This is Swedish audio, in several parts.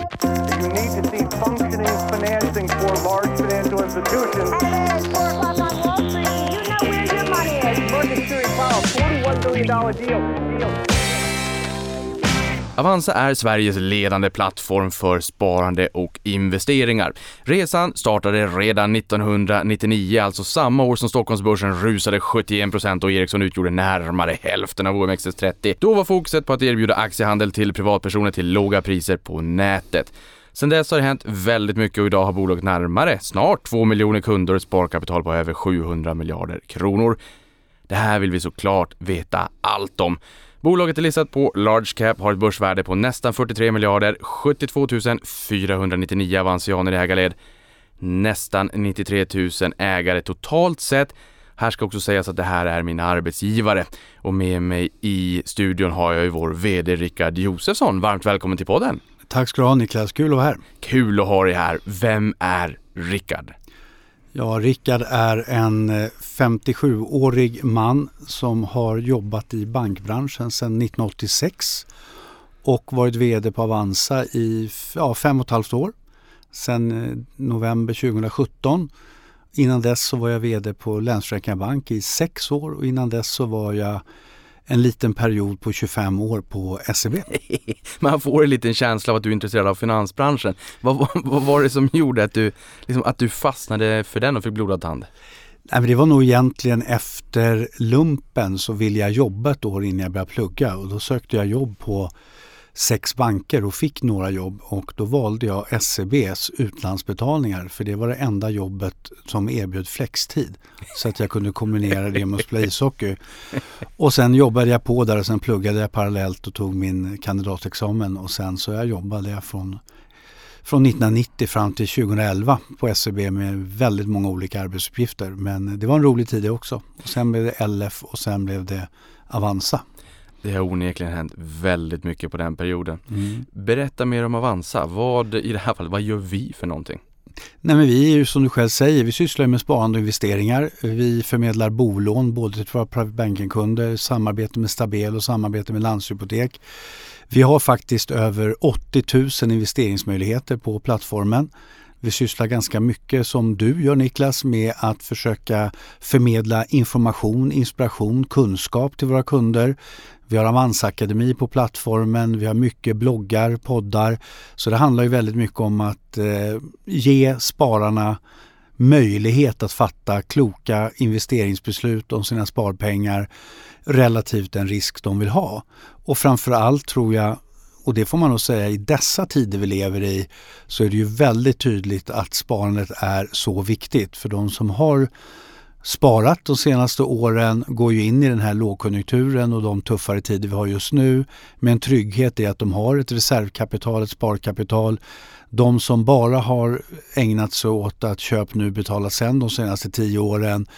You need to see functioning financing for large financial institutions. At 4 o'clock on Wall Street, you know where your money is. Market Theory Powell, $41 billion deal. Avanza är Sveriges ledande plattform för sparande och investeringar. Resan startade redan 1999, alltså samma år som Stockholmsbörsen rusade 71% och Ericsson utgjorde närmare hälften av OMXS30. Då var fokuset på att erbjuda aktiehandel till privatpersoner till låga priser på nätet. Sen dess har det hänt väldigt mycket och idag har bolaget närmare snart 2 miljoner kunder och ett sparkapital på över 700 miljarder kronor. Det här vill vi såklart veta allt om. Bolaget är listat på Large Cap, har ett börsvärde på nästan 43 miljarder, 72 499 avansianer i ägarled, nästan 93 000 ägare totalt sett. Här ska också sägas att det här är min arbetsgivare. Och med mig i studion har jag ju vår vd Rickard Josefsson. Varmt välkommen till podden. Tack ska du ha Niklas, kul att vara här. Kul att ha dig här. Vem är Rickard? Ja, Rickard är en 57-årig man som har jobbat i bankbranschen sedan 1986 och varit vd på Avanza i 5,5 år, sedan november 2017. Innan dess så var jag vd på Länsförsäkringar Bank i 6 år och innan dess så var jag en liten period på 25 år på SEB. Man får en liten känsla av att du är intresserad av finansbranschen. Vad var det som gjorde att du fastnade för den och fick blodad tand? Nej, men det var nog egentligen efter lumpen så ville jag jobba ett år innan jag började plugga och då sökte jag jobb på 6 banker och fick några jobb och då valde jag SEBs utlandsbetalningar för det var det enda jobbet som erbjöd flextid så att jag kunde kombinera det med att spela ishockey. Och sen jobbade jag på där och sen pluggade jag parallellt och tog min kandidatexamen och sen så jobbade jag från 1990 fram till 2011 på SEB med väldigt många olika arbetsuppgifter men det var en rolig tid också. Och sen blev det LF och sen blev det Avanza. Det har onekligen hänt väldigt mycket på den perioden. Berätta mer om Avanza. I det här fallet, vad gör vi för någonting? Nej, men vi är ju som du själv säger, vi sysslar med sparande och investeringar. Vi förmedlar bolån både till våra private banking-kunder, samarbete med Stabel och samarbete med Landshypotek. Vi har faktiskt över 80 000 investeringsmöjligheter på plattformen. Vi sysslar ganska mycket som du gör Niklas med att försöka förmedla information, inspiration, kunskap till våra kunder. Vi har Avanza Akademi på plattformen, vi har mycket bloggar, poddar. Så det handlar ju väldigt mycket om att ge spararna möjlighet att fatta kloka investeringsbeslut om sina sparpengar relativt den risk de vill ha. Och framförallt tror jag, och det får man nog säga i dessa tider vi lever i, så är det ju väldigt tydligt att sparandet är så viktigt. För de som har sparat de senaste åren går ju in i den här lågkonjunkturen och de tuffare tider vi har just nu med en trygghet i att de har ett reservkapital, ett sparkapital. De som bara har ägnat sig åt att köp nu betala sen de senaste 10 åren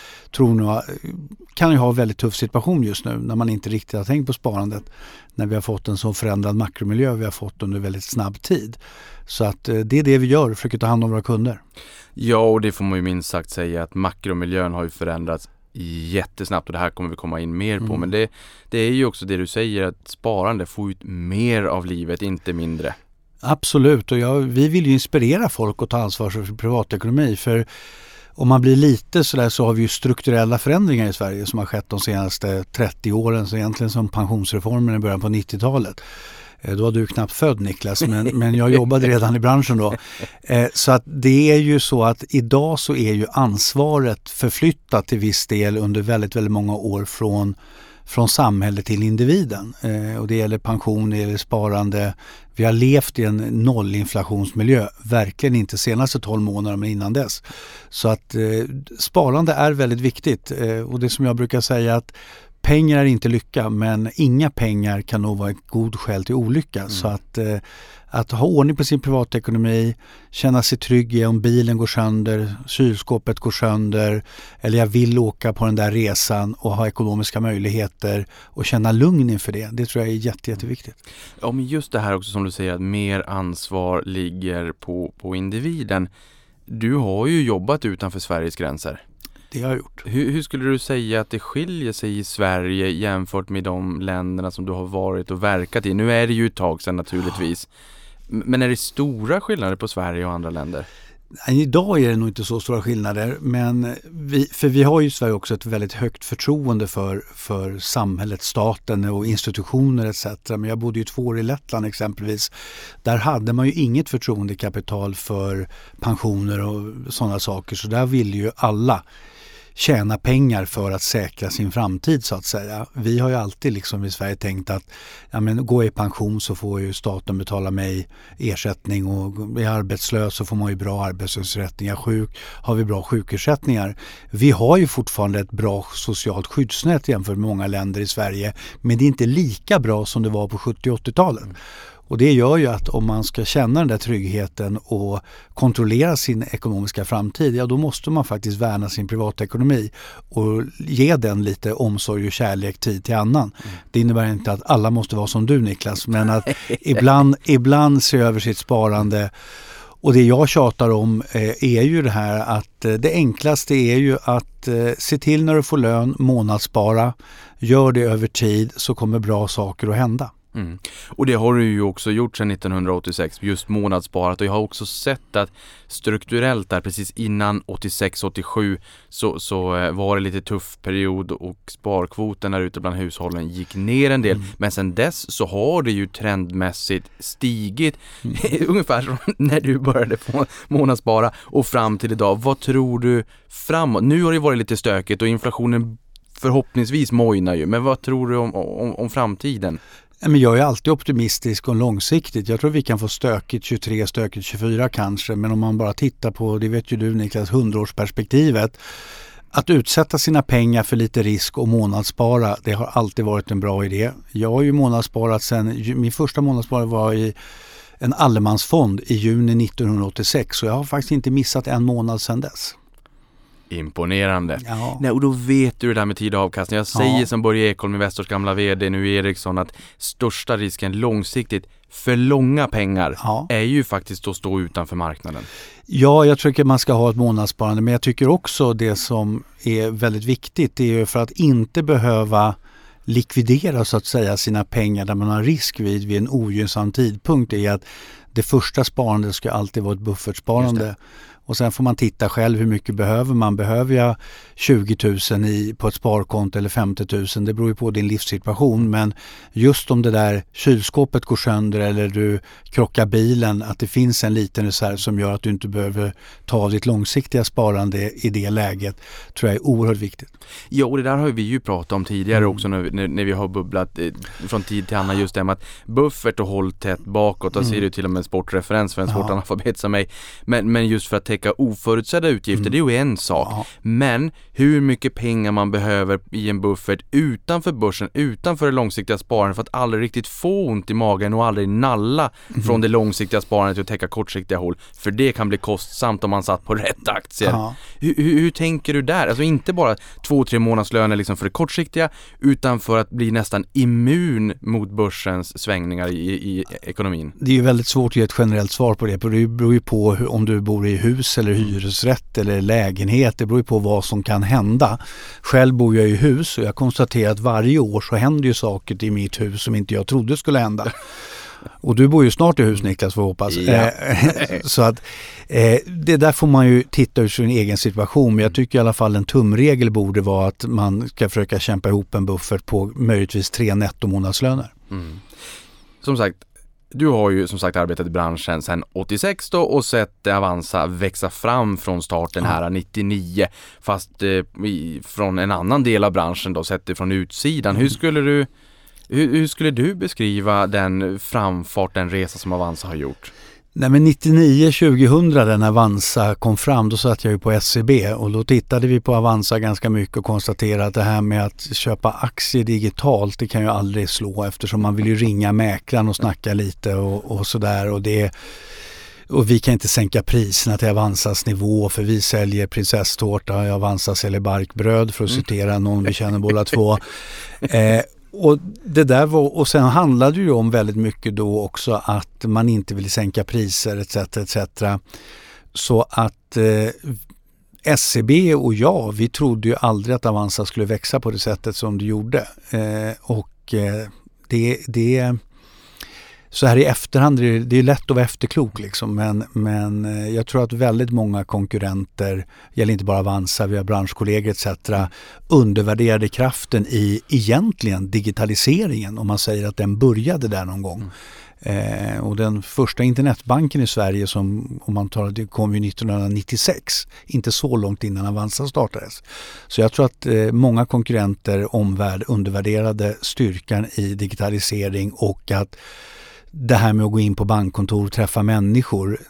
kan ju ha en väldigt tuff situation just nu när man inte riktigt har tänkt på sparandet. När vi har fått en så förändrad makromiljö vi har fått under väldigt snabb tid. Så att det är det vi gör, försöker ta hand om våra kunder. Ja, och det får man ju minst sagt säga att makromiljön har ju förändrats jättesnabbt och det här kommer vi komma in mer på. Men det är ju också det du säger att sparande får ut mer av livet, inte mindre. Absolut, och vi vill ju inspirera folk att ta ansvar för privatekonomi för om man blir lite sådär så har vi ju strukturella förändringar i Sverige som har skett de senaste 30 åren, så egentligen som pensionsreformen i början på 90-talet. Då var du knappt född Niklas, men jag jobbade redan i branschen då. Så att det är ju så att idag så är ju ansvaret förflyttat till viss del under väldigt, väldigt många år från samhället till individen. Och det gäller pension, det gäller sparande. Vi har levt i en nollinflationsmiljö, verkligen inte senaste 12 månader men innan dess. Så att sparande är väldigt viktigt och det som jag brukar säga att pengar är inte lycka, men inga pengar kan nog vara ett god skäl till olycka. Så att ha ordning på sin privatekonomi, känna sig trygg i om bilen går sönder, kylskåpet går sönder eller jag vill åka på den där resan och ha ekonomiska möjligheter och känna lugn inför det. Det tror jag är jätteviktigt. Ja, men just det här också som du säger att mer ansvar ligger på individen. Du har ju jobbat utanför Sveriges gränser. Det har jag gjort. Hur skulle du säga att det skiljer sig i Sverige jämfört med de länderna som du har varit och verkat i? Nu är det ju ett tag sedan naturligtvis. Men är det stora skillnader på Sverige och andra länder? Idag är det nog inte så stora skillnader, men vi har ju i Sverige också ett väldigt högt förtroende för samhället, staten och institutioner etc. Men jag bodde ju 2 år i Lettland exempelvis. Där hade man ju inget förtroendekapital för pensioner och sådana saker, så där ville ju alla tjäna pengar för att säkra sin framtid så att säga. Vi har ju alltid liksom i Sverige tänkt att gå i pension så får ju staten betala mig ersättning, och är arbetslös så får man ju bra arbetslöshetsersättningar, sjuk har vi bra sjukersättningar. Vi har ju fortfarande ett bra socialt skyddsnät jämfört med många länder i Sverige, men det är inte lika bra som det var på 70- och 80-talet. Och det gör ju att om man ska känna den där tryggheten och kontrollera sin ekonomiska framtid, ja då måste man faktiskt värna sin privatekonomi och ge den lite omsorg och kärlek, tid till annan. Det innebär inte att alla måste vara som du, Niklas, men att ibland se över sitt sparande. Och det jag tjatar om är ju det här att det enklaste är ju att se till när du får lön, månadsspara, gör det över tid så kommer bra saker att hända. Mm. Och det har du ju också gjort sedan 1986, just månadssparat, och jag har också sett att strukturellt där precis innan 86-87 så var det lite tuff period och sparkvoten där ute bland hushållen gick ner en del, men sen dess så har det ju trendmässigt stigit ungefär som när du började få månadsspara och fram till idag. Vad tror du framåt? Nu har det varit lite stökigt och inflationen förhoppningsvis mojnar ju, men vad tror du om framtiden? Men jag är alltid optimistisk och långsiktigt. Jag tror vi kan få stökigt 23, stökigt 24 kanske. Men om man bara tittar på, det vet ju du Niklas, 100-årsperspektivet. Att utsätta sina pengar för lite risk och månadsspara, det har alltid varit en bra idé. Jag har ju månadssparat min första månadsspara var i en allemansfond i juni 1986. Så jag har faktiskt inte missat en månad sedan dess. Imponerande. Ja. Nej, och då vet du det där med tid och avkastning. Jag säger som Börje Ekholm, Investors gamla vd, nu Eriksson, att största risken långsiktigt för långa pengar är ju faktiskt att stå utanför marknaden. Ja, jag tycker man ska ha ett månadssparande, men jag tycker också det som är väldigt viktigt, det är ju för att inte behöva likvidera så att säga sina pengar där man har risk vid en ogynnsam tidpunkt, är att det första sparandet ska alltid vara ett buffertsparande. Och sen får man titta själv hur mycket behöver man. Behöver jag 20 000 på ett sparkonto eller 50 000? Det beror ju på din livssituation. Men just om det där kylskåpet går sönder eller du krockar bilen, att det finns en liten reserv som gör att du inte behöver ta ditt långsiktiga sparande i det läget, tror jag är oerhört viktigt. Ja, och det där har vi ju pratat om tidigare också när vi har bubblat från tid till annan, just det med att buffert och håll tätt bakåt. Då ser du till och med en sportreferens för en svårt analfabet som mig. Men just för att täcka oförutsedda utgifter, det är ju en sak. Ja. Men hur mycket pengar man behöver i en buffert utanför börsen, utanför det långsiktiga sparandet, för att aldrig riktigt få ont i magen och aldrig nalla från det långsiktiga sparandet till att täcka kortsiktiga hål. För det kan bli kostsamt om man satt på rätt aktier. Ja. Hur tänker du där? Alltså inte bara 2-3 månadslöner liksom för det kortsiktiga, utan för att bli nästan immun mot börsens svängningar i ekonomin. Det är ju väldigt svårt att ge ett generellt svar på det. Det beror ju på om du bor i hus eller hyresrätt eller lägenhet. Det beror ju på vad som kan hända. Själv bor jag i hus och jag konstaterar att varje år så händer ju saker i mitt hus som inte jag trodde skulle hända. Och du bor ju snart i hus, Niklas, får jag hoppas. Ja. Så att det där får man ju titta ur sin egen situation. Men jag tycker i alla fall en tumregel borde vara att man ska försöka kämpa ihop en buffert på möjligtvis 3 nettomånadslöner. Som sagt, du har ju som sagt arbetat i branschen sedan 86 då och sett Avanza växa fram från starten här 99, fast från en annan del av branschen då, sett det från utsidan. Hur skulle du beskriva den framfart, den resa som Avanza har gjort? Nej, men 99-2000 när Avanza kom fram, då satt jag ju på SEB och då tittade vi på Avanza ganska mycket och konstaterade att det här med att köpa aktier digitalt, det kan ju aldrig slå, eftersom man vill ju ringa mäklaren och snacka lite och sådär, och vi kan inte sänka priserna till Avanzas nivå, för vi säljer prinsesstårta och Avanza säljer barkbröd, för att citera någon vi känner båda två. Och det där och sen handlade det ju om väldigt mycket då också att man inte ville sänka priser etc. Så att SEB och vi trodde ju aldrig att Avanza skulle växa på det sättet som det gjorde. så här i efterhand, det är lätt att vara efterklok liksom, men jag tror att väldigt många konkurrenter, gäller inte bara Avanza, vi har branschkollegor etc., undervärderade kraften i egentligen digitaliseringen, om man säger att den började där någon gång. Och den första internetbanken i Sverige som, om man tar, det kom ju 1996, inte så långt innan Avanza startades. Så jag tror att många konkurrenter undervärderade styrkan i digitalisering, och att det här med att gå in på bankkontor och träffa människor,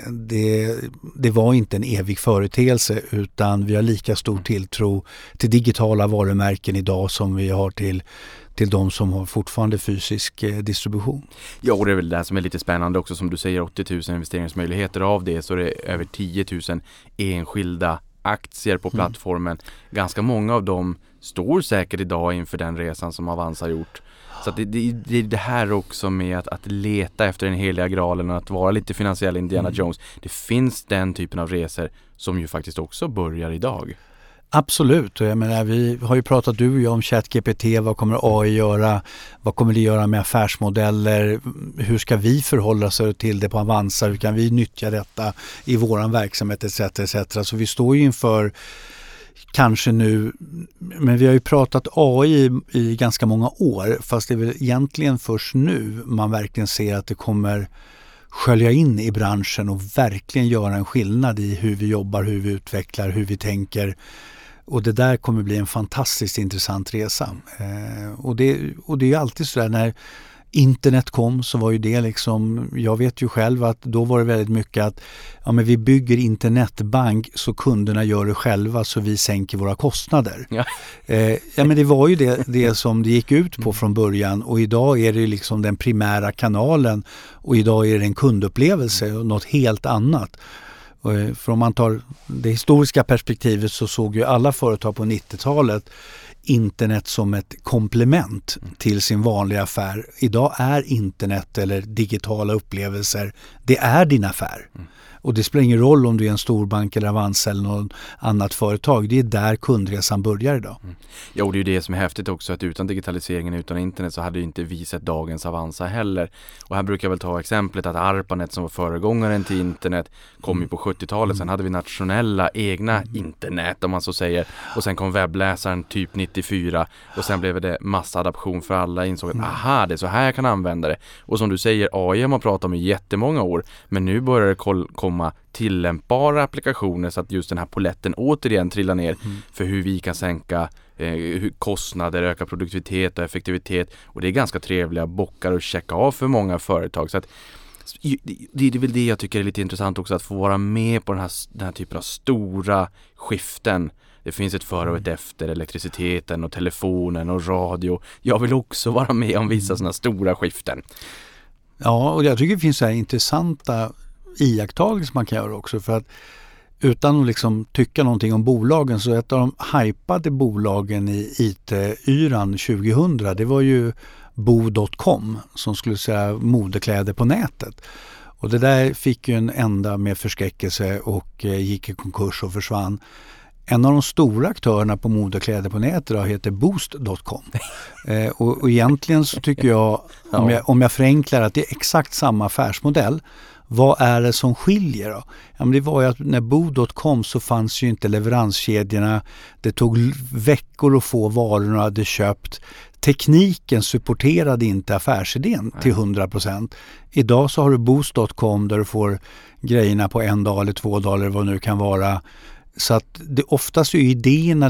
det var inte en evig företeelse, utan vi har lika stor tilltro till digitala varumärken idag som vi har till de som har fortfarande fysisk distribution. Ja, och det är väl det som är lite spännande också, som du säger, 80 000 investeringsmöjligheter, av det så är det över 10 000 enskilda aktier på plattformen. Ganska många av dem står säkert idag inför den resan som Avanza har gjort. Så att det är det här också med att leta efter den heliga graalen och att vara lite finansiell Indiana Jones. Det finns den typen av resor som ju faktiskt också börjar idag. Absolut, och jag menar, vi har ju pratat du och jag om ChatGPT, vad kommer AI göra, vad kommer det göra med affärsmodeller, hur ska vi förhålla oss till det på Avanza, hur kan vi nyttja detta i våran verksamhet etc. Så vi står ju inför kanske nu, men vi har ju pratat AI i ganska många år, fast det är väl egentligen först nu man verkligen ser att det kommer skölja in i branschen och verkligen göra en skillnad i hur vi jobbar, hur vi utvecklar, hur vi tänker. Och det där kommer bli en fantastiskt intressant resa. Och det är ju alltid så där, när internet kom så var ju det liksom, jag vet ju själv att då var det väldigt mycket att men vi bygger internetbank så kunderna gör det själva så vi sänker våra kostnader. Ja. Men det var ju det som det gick ut på från början, och idag är det liksom den primära kanalen, och idag är det en kundupplevelse och något helt annat. För om man tar det historiska perspektivet så såg ju alla företag på 90-talet internet som ett komplement till sin vanliga affär. Idag är internet eller digitala upplevelser, det är din affär. Och det spelar ingen roll om du är en storbank eller Avanza eller något annat företag. Det är där kundresan börjar idag. Ja, och det är ju det som är häftigt också, att utan digitaliseringen, utan internet, så hade ju inte vi sett dagens Avanza heller. Och här brukar jag väl ta exemplet att ARPANET, som var föregångaren till internet, kom ju på 70-talet. Sen hade vi nationella egna internet, om man så säger. Och sen kom webbläsaren typ 94. Och sen blev det massadaption för alla. Insåg att aha, det är så här jag kan använda det. Och som du säger, AI har man pratat om i jättemånga år. Men nu börjar det komma tillämpbara applikationer, så att just den här poletten återigen trillar ner för hur vi kan sänka kostnader, öka produktivitet och effektivitet. Och det är ganska trevliga bockar att checka av för många företag. Så att det är väl det jag tycker är lite intressant också, att få vara med på den här typen av stora skiften. Det finns ett före och ett efter elektriciteten och telefonen och radio. Jag vill också vara med om vissa sådana stora skiften. Ja, och jag tycker det finns så här intressanta iakttagelser man kan göra också, för att utan att liksom tycka någonting om bolagen, så ett av de hypade bolagen i IT-yran 2000, det var ju Bo.com, som skulle säga modekläder på nätet. Och det där fick ju en ända med förskräckelse och gick i konkurs och försvann. En av de stora aktörerna på modekläder på nätet då heter Boost.com. Och egentligen så tycker jag, om jag förenklar, att det är exakt samma affärsmodell. Vad är det som skiljer då? Ja, men det var ju att när Bo.com så fanns ju inte leveranskedjorna. Det tog veckor att få varorna du hade köpt. Tekniken supporterade inte affärsidén till 100%. Idag så har du Boost.com där du får grejerna på 1 dag eller 2 dagar, vad det nu kan vara. Så att det oftast är idéerna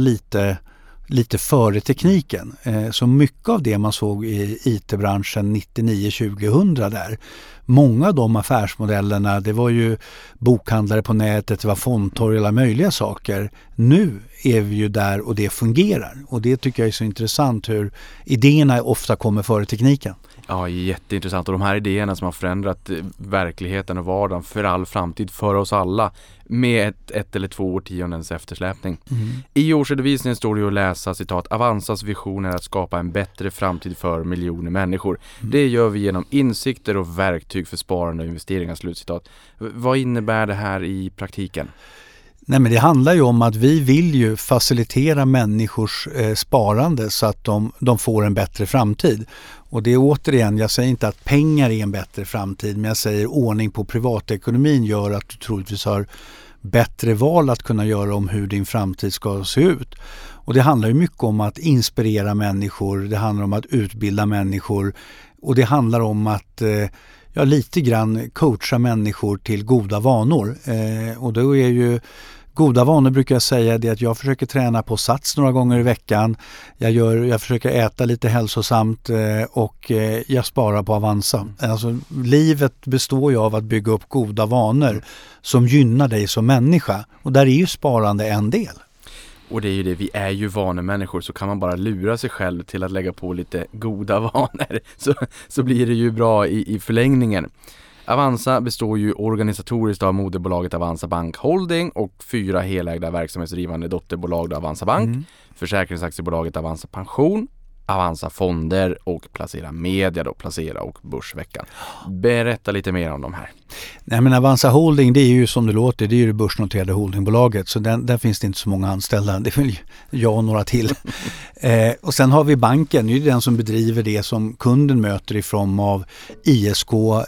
lite före tekniken. Så mycket av det man såg i IT-branschen 99-2000 där. Många av de affärsmodellerna, det var ju bokhandlare på nätet, det var fondtorg och alla möjliga saker. Nu är vi ju där och det fungerar. Och det tycker jag är så intressant, hur idéerna ofta kommer före tekniken. Ja, jätteintressant. Och de här idéerna som har förändrat verkligheten och vardagen för all framtid för oss alla, med ett eller 2 årtiondens eftersläpning. I årsredovisningen står det att läsa, citat, Avanzas vision är att skapa en bättre framtid för miljoner människor. Det gör vi genom insikter och verktyg för sparande och investeringar, slutcitat. Vad innebär det här i praktiken? Nej, men det handlar ju om att vi vill ju facilitera människors sparande så att de får en bättre framtid. Och det är återigen, jag säger inte att pengar är en bättre framtid, men jag säger ordning på privatekonomin gör att du troligtvis har bättre val att kunna göra om hur din framtid ska se ut. Och det handlar ju mycket om att inspirera människor, det handlar om att utbilda människor och det handlar om att lite grann coacha människor till goda vanor. Och då är ju goda vanor brukar jag säga det att jag försöker träna på sats några gånger i veckan. Jag försöker äta lite hälsosamt och jag sparar på Avanza. Alltså, livet består ju av att bygga upp goda vanor som gynnar dig som människa. Och där är ju sparande en del. Och det är ju det, vi är ju vanemänniskor, så kan man bara lura sig själv till att lägga på lite goda vanor så blir det ju bra i förlängningen. Avanza består ju organisatoriskt av moderbolaget Avanza Bank Holding och 4 helägda verksamhetsdrivande dotterbolag, Avanza Bank, försäkringsaktiebolaget Avanza Pension, Avanza Fonder och Placera Media, Placera och Börsveckan. Berätta lite mer om de här. Nej, men Avanza Holding, det är ju som det låter, det är ju det börsnoterade holdingbolaget, så där finns det inte så många anställda, det är väl jag och några till. Och sen har vi banken, det är ju den som bedriver det som kunden möter i form av ISK,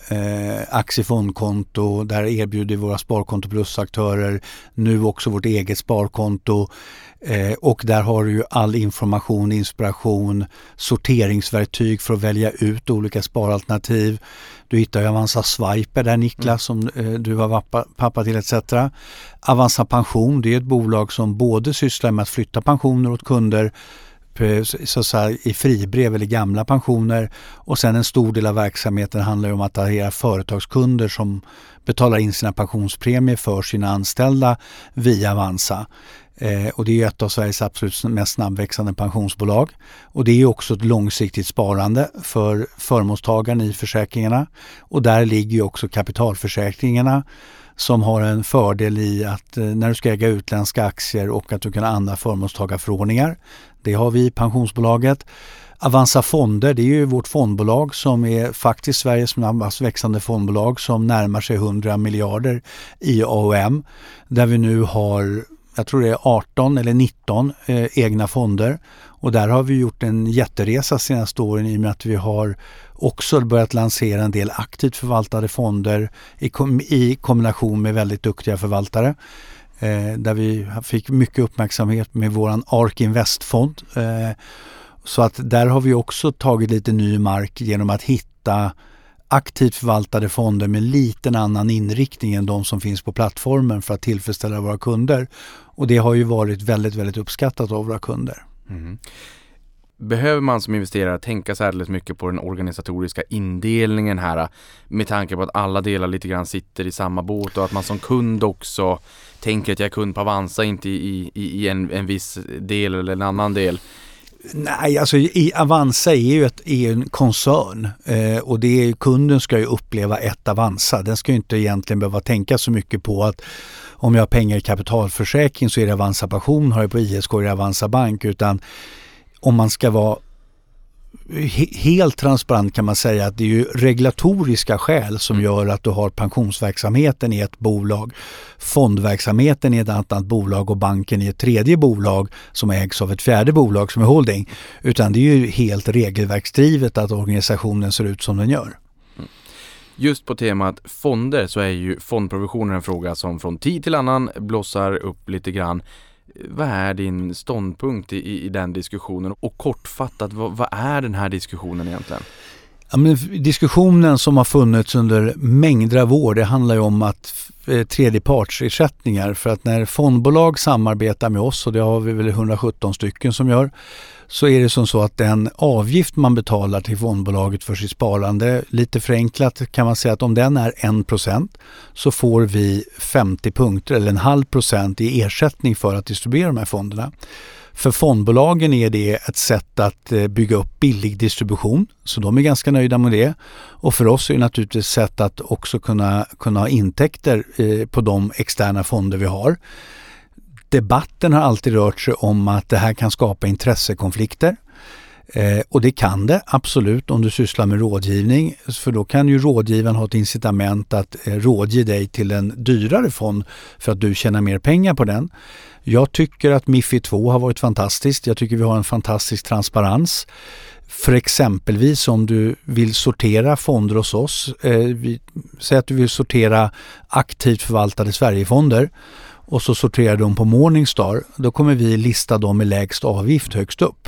aktiefondkonto, där erbjuder våra sparkonto plus-aktörer, nu också vårt eget sparkonto. Och där har du ju all information, inspiration, sorteringsverktyg för att välja ut olika sparalternativ. Du hittar ju Avanza Swiper där, Niklas, som du var pappa till etc. Avanza Pension, det är ett bolag som både sysslar med att flytta pensioner åt kunder så att säga, i fribrev eller gamla pensioner, och sen en stor del av verksamheten handlar om att attrahera företagskunder som betalar in sina pensionspremier för sina anställda via Avanza. Och det är ett av Sveriges absolut mest snabbväxande pensionsbolag. Och det är också ett långsiktigt sparande för förmånstagaren i försäkringarna. Och där ligger ju också kapitalförsäkringarna som har en fördel i att när du ska äga utländska aktier och att du kan använda förmånstagarförordningar. Det har vi i pensionsbolaget. Avanza Fonder, det är ju vårt fondbolag som är faktiskt Sveriges snabbast växande fondbolag som närmar sig 100 miljarder i AUM. Där vi nu har, jag tror det är 18 eller 19 egna fonder, och där har vi gjort en jätteresa senaste åren i och med att vi har också börjat lansera en del aktivt förvaltade fonder i kombination med väldigt duktiga förvaltare. Där vi fick mycket uppmärksamhet med våran ARK Investfond. Så att där har vi också tagit lite ny mark genom att hitta aktivt förvaltade fonder med lite annan inriktning än de som finns på plattformen för att tillfredsställa våra kunder. Och det har ju varit väldigt, väldigt uppskattat av våra kunder. Mm. Behöver man som investerare tänka särskilt mycket på den organisatoriska indelningen här, med tanke på att alla delar lite grann sitter i samma båt, och att man som kund också tänker att jag är kund på Avanza, inte i en viss del eller en annan del? Nej, alltså Avanza är ju en koncern och kunden ska ju uppleva ett Avanza. Den ska ju inte egentligen behöva tänka så mycket på att om jag har pengar i kapitalförsäkring så är det Avanza Pension, har jag på ISK är det Avanza Bank, utan om man ska vara helt transparent kan man säga att det är ju regulatoriska skäl som gör att du har pensionsverksamheten i ett bolag, fondverksamheten i ett annat bolag och banken i ett tredje bolag som ägs av ett fjärde bolag som är holding. Utan det är ju helt regelverksdrivet att organisationen ser ut som den gör. Just på temat fonder så är ju fondprovisionen en fråga som från tid till annan blossar upp lite grann. Vad är din ståndpunkt i den diskussionen? Och kortfattat, vad är den här diskussionen egentligen? Ja, men diskussionen som har funnits under mängder av år, det handlar ju om att tredjepartsersättningar, för att när fondbolag samarbetar med oss, och det har vi väl 117 stycken som gör, så är det som så att den avgift man betalar till fondbolaget för sitt sparande, lite förenklat kan man säga att om den är 1% så får vi 50 punkter eller 0,5% i ersättning för att distribuera de här fonderna. För fondbolagen är det ett sätt att bygga upp billig distribution, så de är ganska nöjda med det. Och för oss är det naturligtvis ett sätt att också kunna ha intäkter på de externa fonder vi har. Debatten har alltid rört sig om att det här kan skapa intressekonflikter. Och det kan det absolut om du sysslar med rådgivning, för då kan ju rådgivaren ha ett incitament att rådge dig till en dyrare fond för att du tjänar mer pengar på den. Jag tycker att MiFID 2 har varit fantastiskt. Jag tycker vi har en fantastisk transparens. För exempelvis om du vill sortera fonder hos oss, säg att du vill sortera aktivt förvaltade Sverigefonder och så sorterar de på Morningstar, då kommer vi lista dem med lägst avgift högst upp.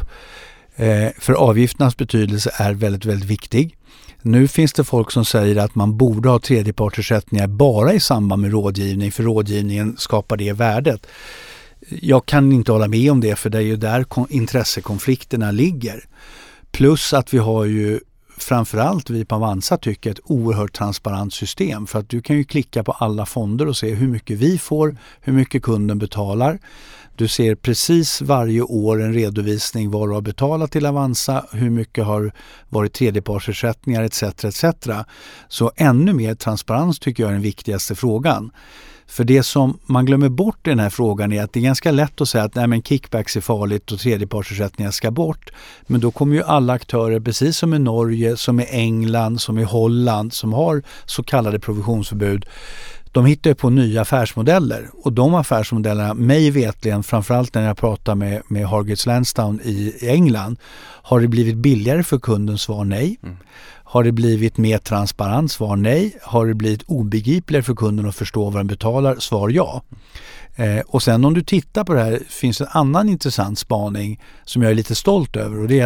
För avgifternas betydelse är väldigt, väldigt viktig. Nu finns det folk som säger att man borde ha tredjepartsersättningar bara i samband med rådgivning, för rådgivningen skapar det värdet. Jag kan inte hålla med om det, för det är ju där intressekonflikterna ligger. Plus att vi har ju framförallt vi på Avanza tycker ett oerhört transparent system, för att du kan ju klicka på alla fonder och se hur mycket vi får, hur mycket kunden betalar. Du ser precis varje år en redovisning vad du har betalat till Avanza, hur mycket har varit tredjepartsersättningar etc. etc. Så ännu mer transparens tycker jag är den viktigaste frågan. För det som man glömmer bort i den här frågan är att det är ganska lätt att säga att nej, men kickbacks är farligt och tredjepartsersättningar ska bort. Men då kommer ju alla aktörer, precis som i Norge, som i England, som i Holland, som har så kallade provisionsförbud. De hittar på nya affärsmodeller, och de affärsmodellerna, mig vetligen, framförallt när jag pratar med Hargreaves Lansdown i England, har det blivit billigare för kunden? Svar nej. Har det blivit mer transparent? Svar nej. Har det blivit obegripligare för kunden att förstå vad den betalar? Svar ja. Och sen om du tittar på det här finns en annan intressant spaning som jag är lite stolt över, och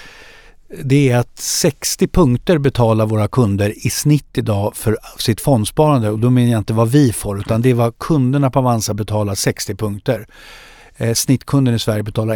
det är att 60 punkter betalar våra kunder i snitt idag för sitt fondsparande, och då menar jag inte vad vi får, utan det är vad kunderna på Avanza betalar 60 punkter. Snittkunden i Sverige betalar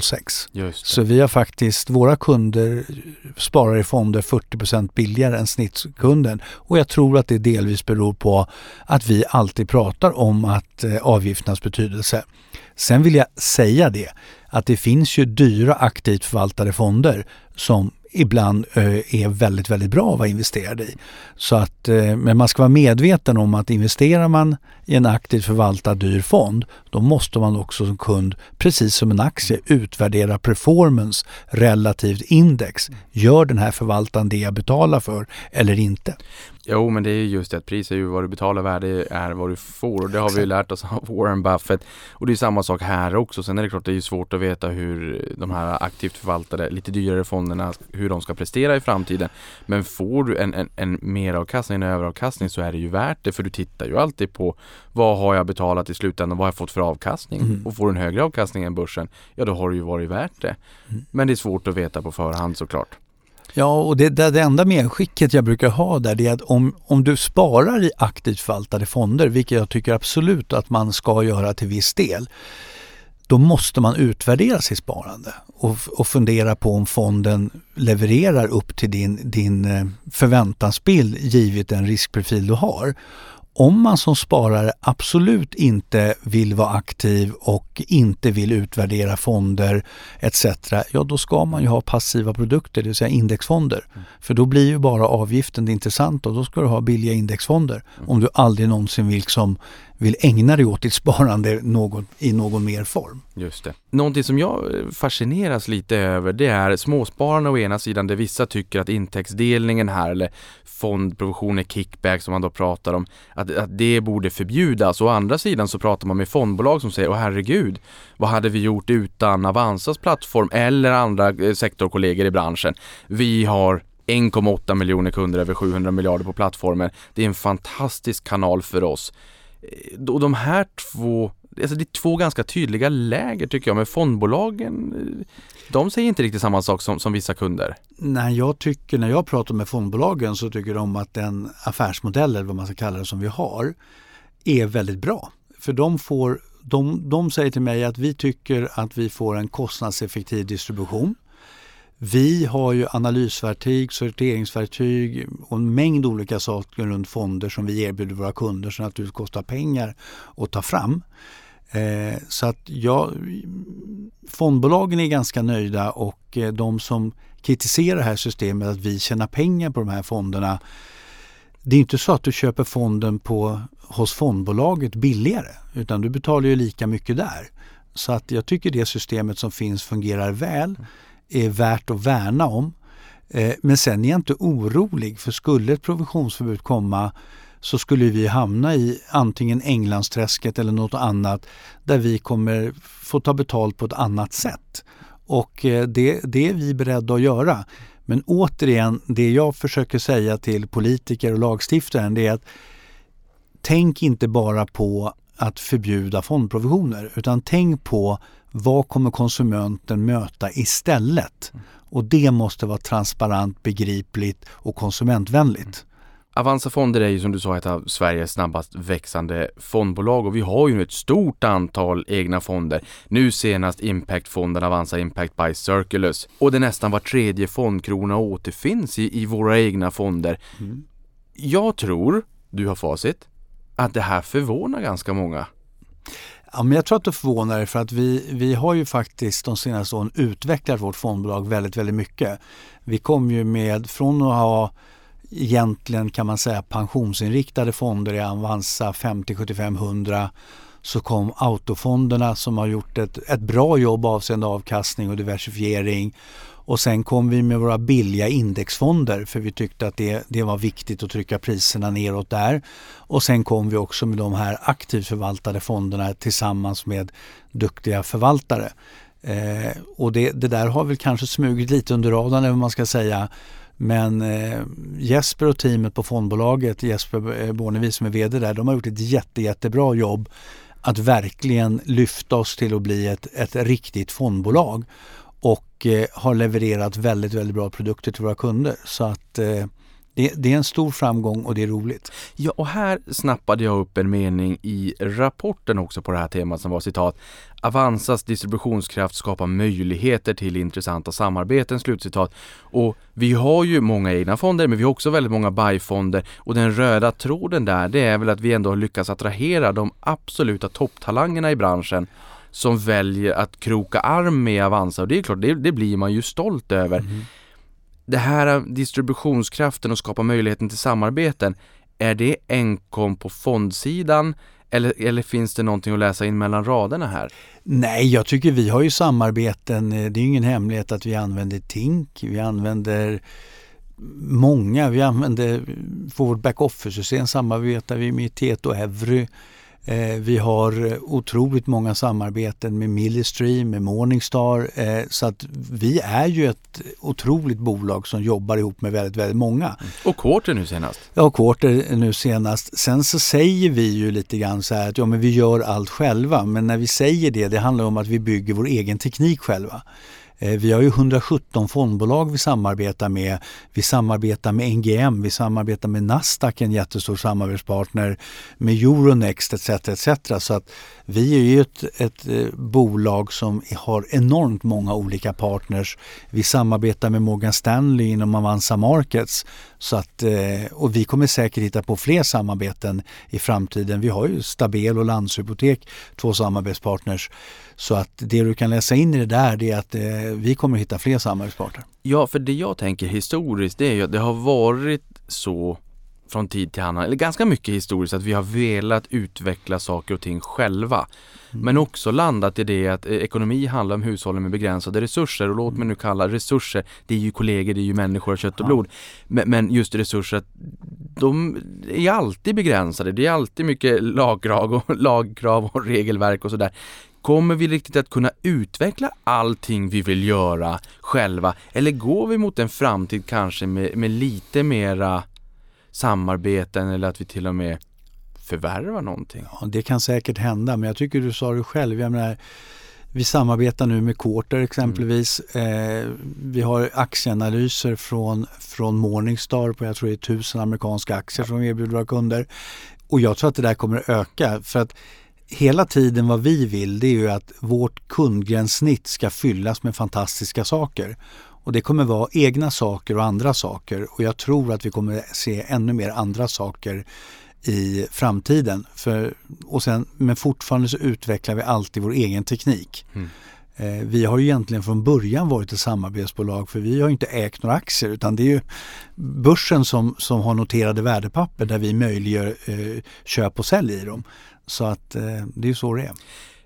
1,06. Så vi har faktiskt, våra kunder sparar i fonder 40% billigare än snittkunden, och jag tror att det delvis beror på att vi alltid pratar om att avgifternas betydelse. Sen vill jag säga det, att det finns ju dyra aktivt förvaltade fonder som ibland är väldigt, väldigt bra att vara investerad i. Så att, men man ska vara medveten om att investerar man i en aktivt förvaltad dyr fond, då måste man också som kund, precis som en aktie, utvärdera performance relativt index. Gör den här förvaltaren det jag betalar för eller inte? Jo, men det är just det att pris är ju vad du betalar, värde är vad du får, och det har vi ju lärt oss av Warren Buffett, och det är samma sak här också. Sen är det klart det är ju svårt att veta hur de här aktivt förvaltade, lite dyrare fonderna, hur de ska prestera i framtiden, men får du en meravkastning, en överavkastning, så är det ju värt det, för du tittar ju alltid på vad har jag betalat i slutändan, vad har jag fått för avkastning, och får du en högre avkastning än börsen, ja då har det ju varit värt det. Men det är svårt att veta på förhand såklart. Ja, och det enda medskicket jag brukar ha där, det är att om du sparar i aktivt förvaltade fonder, vilket jag tycker absolut att man ska göra till viss del, då måste man utvärdera sitt sparande och fundera på om fonden levererar upp till din förväntansbild givet den riskprofil du har. Om man som sparare absolut inte vill vara aktiv och inte vill utvärdera fonder etc., ja då ska man ju ha passiva produkter, det vill säga indexfonder. För då blir ju bara avgiften intressant, och då ska du ha billiga indexfonder om du aldrig någonsin vill ägna dig åt ditt sparande i någon mer form. Just det. Någonting som jag fascineras lite över, det är småspararna å ena sidan, där vissa tycker att intäktsdelningen här, eller fondprovisioner, kickback som man då pratar om, att det borde förbjudas. Och å andra sidan så pratar man med fondbolag som säger, åh herregud, vad hade vi gjort utan Avanzas plattform eller andra sektorkollegor i branschen? Vi har 1,8 miljoner kunder, över 700 miljarder på plattformen. Det är en fantastisk kanal för oss. Och de här två, alltså det är två ganska tydliga läger tycker jag, med fondbolagen, de säger inte riktigt samma sak som vissa kunder. Nej, jag tycker, när jag pratar med fondbolagen så tycker de att den affärsmodell, eller vad man ska kalla det, som vi har är väldigt bra. För de säger till mig att vi tycker att vi får en kostnadseffektiv distribution. Vi har ju analysverktyg, sorteringsverktyg och en mängd olika saker runt fonder som vi erbjuder våra kunder, som naturligtvis kostar pengar att ta fram. Så att fondbolagen är ganska nöjda, och de som kritiserar det här systemet, att vi tjänar pengar på de här fonderna, det är inte så att du köper fonden hos fondbolaget billigare, utan du betalar ju lika mycket där. Så att jag tycker det systemet som finns fungerar väl. är värt att värna om. Men sen är jag inte orolig, för skulle ett provisionsförbud komma så skulle vi hamna i antingen Englandsträsket eller något annat där vi kommer få ta betalt på ett annat sätt. Och det är vi beredda att göra. Men återigen, det jag försöker säga till politiker och lagstiftaren, det är att tänk inte bara på att förbjuda fondprovisioner, utan tänk på vad kommer konsumenten möta istället. Och det måste vara transparent, begripligt och konsumentvänligt. Avanza Fonder är ju som du sa ett av Sveriges snabbast växande fondbolag och vi har ju ett stort antal egna fonder. Nu senast Impact-fonden Avanza Impact by Circulus. Och det nästan var tredje fondkrona återfinns i våra egna fonder. Jag tror, du har facit, att det här förvånar ganska många. Ja, men jag tror att det förvånar dig, för att vi har ju faktiskt de senaste åren utvecklat vårt fondbolag väldigt, väldigt mycket. Vi kom ju med från att ha egentligen kan man säga pensionsinriktade fonder i Avanza 50, 75, 100, så kom autofonderna som har gjort ett bra jobb avseende avkastning och diversifiering. Och sen kom vi med våra billiga indexfonder, för vi tyckte att det var viktigt att trycka priserna neråt där. Och sen kom vi också med de här aktivt förvaltade fonderna tillsammans med duktiga förvaltare. Och det där har väl kanske smugit lite under radarn, eller vad man ska säga. Men Jesper och teamet på fondbolaget, Jesper Bornevi som är vd där, de har gjort ett jättebra jobb att verkligen lyfta oss till att bli ett riktigt fondbolag. Och har levererat väldigt, väldigt bra produkter till våra kunder. Så att det är en stor framgång och det är roligt. Ja, och här snappade jag upp en mening i rapporten också på det här temat som var citat: Avanzas distributionskraft skapar möjligheter till intressanta samarbeten, slutcitat. Och vi har ju många egna fonder, men vi har också väldigt många buy-fonder, och den röda tråden där, det är väl att vi ändå har lyckats attrahera de absoluta topptalangerna i branschen som väljer att kroka arm med Avanza, och det är klart, det blir man ju stolt över. Det här distributionskraften och skapa möjligheten till samarbeten, är det enkom på fondsidan eller finns det någonting att läsa in mellan raderna här? Nej, jag tycker vi har ju samarbeten. Det är ingen hemlighet att vi använder Tink, vi använder många, vi använder för vårt back-office-system samarbetar vi med Tieto Evry. Vi har otroligt många samarbeten med Millistream, med Morningstar, så att vi är ju ett otroligt bolag som jobbar ihop med väldigt, väldigt många. Och Quarter nu senast? Ja, Quarter nu senast. Sen så säger vi ju lite grann så här att men vi gör allt själva, men när vi säger det handlar om att vi bygger vår egen teknik själva. Vi har ju 117 fondbolag vi samarbetar med. Vi samarbetar med NGM, vi samarbetar med Nasdaq, en jättestor samarbetspartner, med Euronext etc. Så att vi är ju ett bolag som har enormt många olika partners. Vi samarbetar med Morgan Stanley inom Avanza Markets. Så att, och vi kommer säkert hitta på fler samarbeten i framtiden. Vi har ju Stabel och Landshypotek, 2 samarbetspartners. Så att det du kan läsa in i det där är att vi kommer hitta fler samarbetspartner. Ja, för det jag tänker historiskt, det är ju att det har varit så från tid till annan, eller ganska mycket historiskt, att vi har velat utveckla saker och ting själva. Men också landat i det att ekonomi handlar om hushållen med begränsade resurser, och låt mig nu kalla resurser, det är ju kollegor, det är ju människor av kött och blod. Men just resurser, att de är alltid begränsade, det är alltid mycket lagkrav och regelverk och sådär. Kommer vi riktigt att kunna utveckla allting vi vill göra själva, eller går vi mot en framtid kanske med lite mera samarbeten, eller att vi till och med förvärvar någonting? Ja, det kan säkert hända, men jag tycker du sa det själv. Jag menar, vi samarbetar nu med Quarter exempelvis. Vi har aktieanalyser från Morningstar på, jag tror det är 1000 amerikanska aktier som vi erbjuder våra kunder. Och jag tror att det där kommer att öka, för att hela tiden vad vi vill, det är ju att vårt kundgränssnitt ska fyllas med fantastiska saker. Och det kommer vara egna saker och andra saker. Och jag tror att vi kommer se ännu mer andra saker i framtiden. Men fortfarande så utvecklar vi alltid vår egen teknik. Vi har ju egentligen från början varit ett samarbetsbolag, för vi har inte ägt några aktier, utan det är ju börsen som har noterade värdepapper där vi möjliggör köp och sälj i dem. Så att det är ju så det är.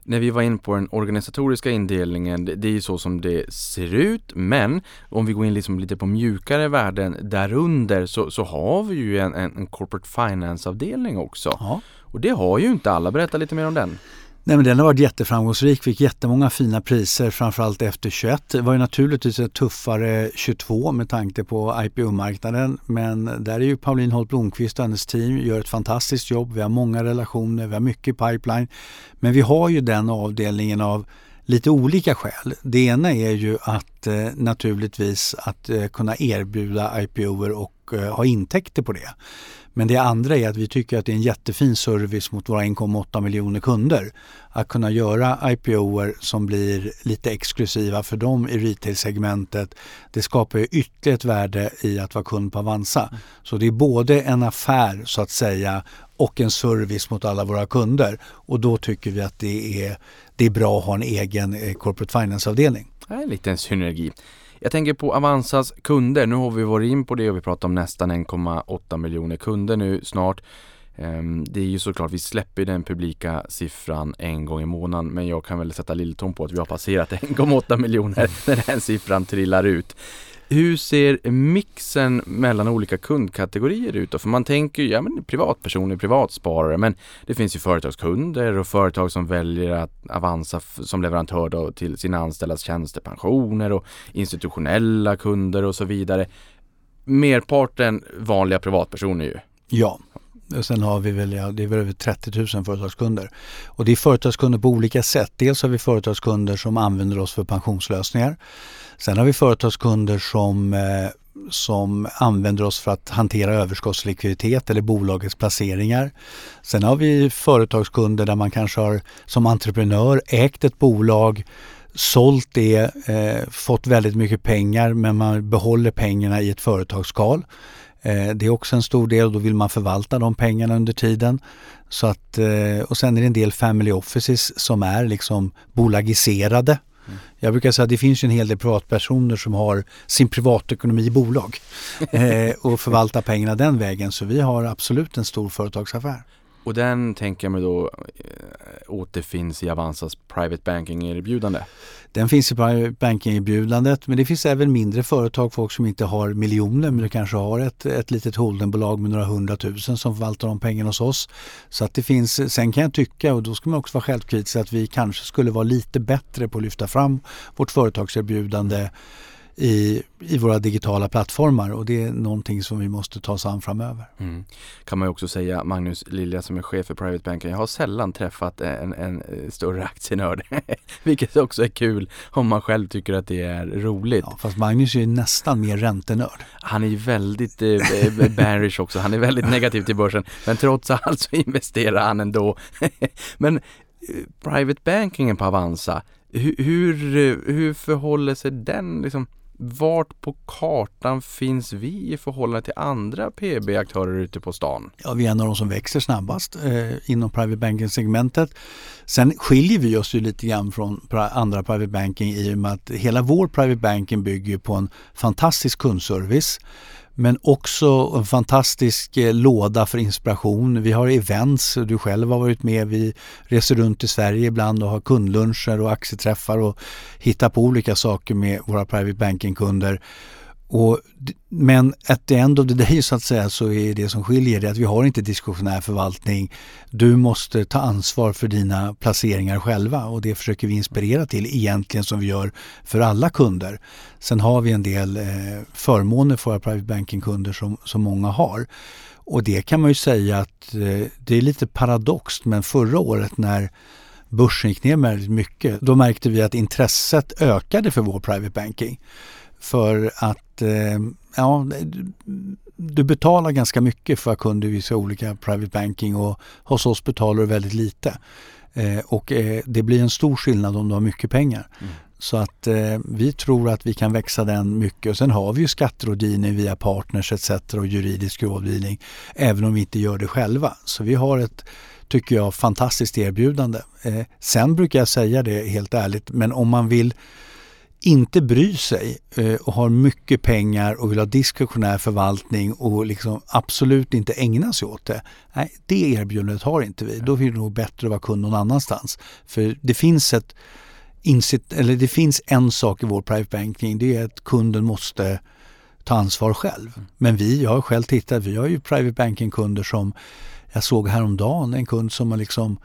När vi var in på den organisatoriska indelningen, det är ju så som det ser ut, men om vi går in liksom lite på mjukare värden därunder så har vi ju en corporate finance-avdelning också. Ja. Och det har ju inte alla. Berätta lite mer om den. Nej, men den har varit jätteframgångsrik, fick jättemånga fina priser framförallt efter 21. Det var ju naturligtvis ett tuffare 22 med tanke på IPO-marknaden, men där är ju Pauline Holt Blomqvist och hennes team gör ett fantastiskt jobb. Vi har många relationer, vi har mycket pipeline, men vi har ju den avdelningen av lite olika skäl. Det ena är ju att naturligtvis att kunna erbjuda IPO:er och ha intäkter på det. Men det andra är att vi tycker att det är en jättefin service mot våra 1,8 miljoner kunder. Att kunna göra IPO:er som blir lite exklusiva för dem i retail-segmentet, det skapar ju ytterligare ett värde i att vara kund på Avanza. Så det är både en affär så att säga och en service mot alla våra kunder. Och då tycker vi att det är bra att ha en egen corporate finance-avdelning. Det är en liten synergi. Jag tänker på Avanzas kunder. Nu har vi varit in på det och vi pratar om nästan 1,8 miljoner kunder nu snart. Det är ju såklart, vi släpper den publika siffran en gång i månaden, men jag kan väl sätta lillton på att vi har passerat 1,8 miljoner när den siffran trillar ut. Hur ser mixen mellan olika kundkategorier ut då? För man tänker ju, privatpersoner, privatsparare, men det finns ju företagskunder och företag som väljer att Avanza som leverantör då till sina anställdas tjänstepensioner och institutionella kunder och så vidare. Merparten vanliga privatpersoner ju. Ja. Och sen har vi det är väl över 30 000 företagskunder. Och det är företagskunder på olika sätt. Dels har vi företagskunder som använder oss för pensionslösningar. Sen har vi företagskunder som använder oss för att hantera överskottslikviditet eller bolagets placeringar. Sen har vi företagskunder där man kanske har som entreprenör ägt ett bolag, sålt det, fått väldigt mycket pengar, men man behåller pengarna i ett företagsskal. Det är också en stor del, då vill man förvalta de pengarna under tiden. Så att, och sen är det en del family offices som är liksom bolagiserade. Jag brukar säga att det finns en hel del privatpersoner som har sin privatekonomi i bolag och förvaltar pengarna den vägen. Så vi har absolut en stor företagsaffär. Och den tänker jag mig då återfinns i Avanzas private banking-erbjudande? Den finns i private banking-erbjudandet, men det finns även mindre företag, folk som inte har miljoner, men det kanske har ett litet holdingbolag med några 100 000 som förvaltar de pengarna hos oss. Så att det finns, sen kan jag tycka, och då ska man också vara självkritisk, att vi kanske skulle vara lite bättre på att lyfta fram vårt företagserbjudande i våra digitala plattformar, och det är någonting som vi måste ta oss an framöver. Kan man ju också säga, Magnus Lilja som är chef för Private Banking, jag har sällan träffat en större aktienörd, vilket också är kul om man själv tycker att det är roligt. Ja, fast Magnus är ju nästan mer räntenörd. Han är ju väldigt bearish också, han är väldigt negativ till börsen, men trots allt så investerar han ändå. Men Private Bankingen på Avanza, hur förhåller sig den liksom? Vart på kartan finns vi i förhållande till andra PB-aktörer ute på stan? Ja, vi är en av de som växer snabbast inom private banking-segmentet. Sen skiljer vi oss ju lite grann från andra private banking i och med att hela vår private banking bygger på en fantastisk kundservice, men också en fantastisk låda för inspiration. Vi har events, du själv har varit med, vi reser runt i Sverige ibland och har kundluncher och aktieträffar och hittar på olika saker med våra private banking-kunder. Men at the end of the day så att säga, så är det som skiljer det att vi har inte diskretionär förvaltning. Du måste ta ansvar för dina placeringar själva, och det försöker vi inspirera till egentligen, som vi gör för alla kunder. Sen har vi en del förmåner för våra private banking-kunder som många har. Och det kan man ju säga att det är lite paradoxt, men förra året när börsen gick ner väldigt mycket, då märkte vi att intresset ökade för vår private banking. För att du betalar ganska mycket för att kunna visa olika private banking, och hos oss betalar du väldigt lite. Det blir en stor skillnad om du har mycket pengar. Så att vi tror att vi kan växa den mycket. Och sen har vi ju skatterådgivning via partners etc. och juridisk rådgivning, även om vi inte gör det själva. Så vi har ett, tycker jag, fantastiskt erbjudande. Sen brukar jag säga det helt ärligt, men om man vill inte bryr sig och har mycket pengar och vill ha diskretionär förvaltning och liksom absolut inte ägna sig åt det. Nej, det erbjudandet har inte vi. Då vill det nog bättre vara kund någon annanstans. För det finns en sak i vår private banking, det är att kunden måste ta ansvar själv. Men jag har själv tittat, vi har ju private banking-kunder som jag såg häromdagen, en kund som har liksom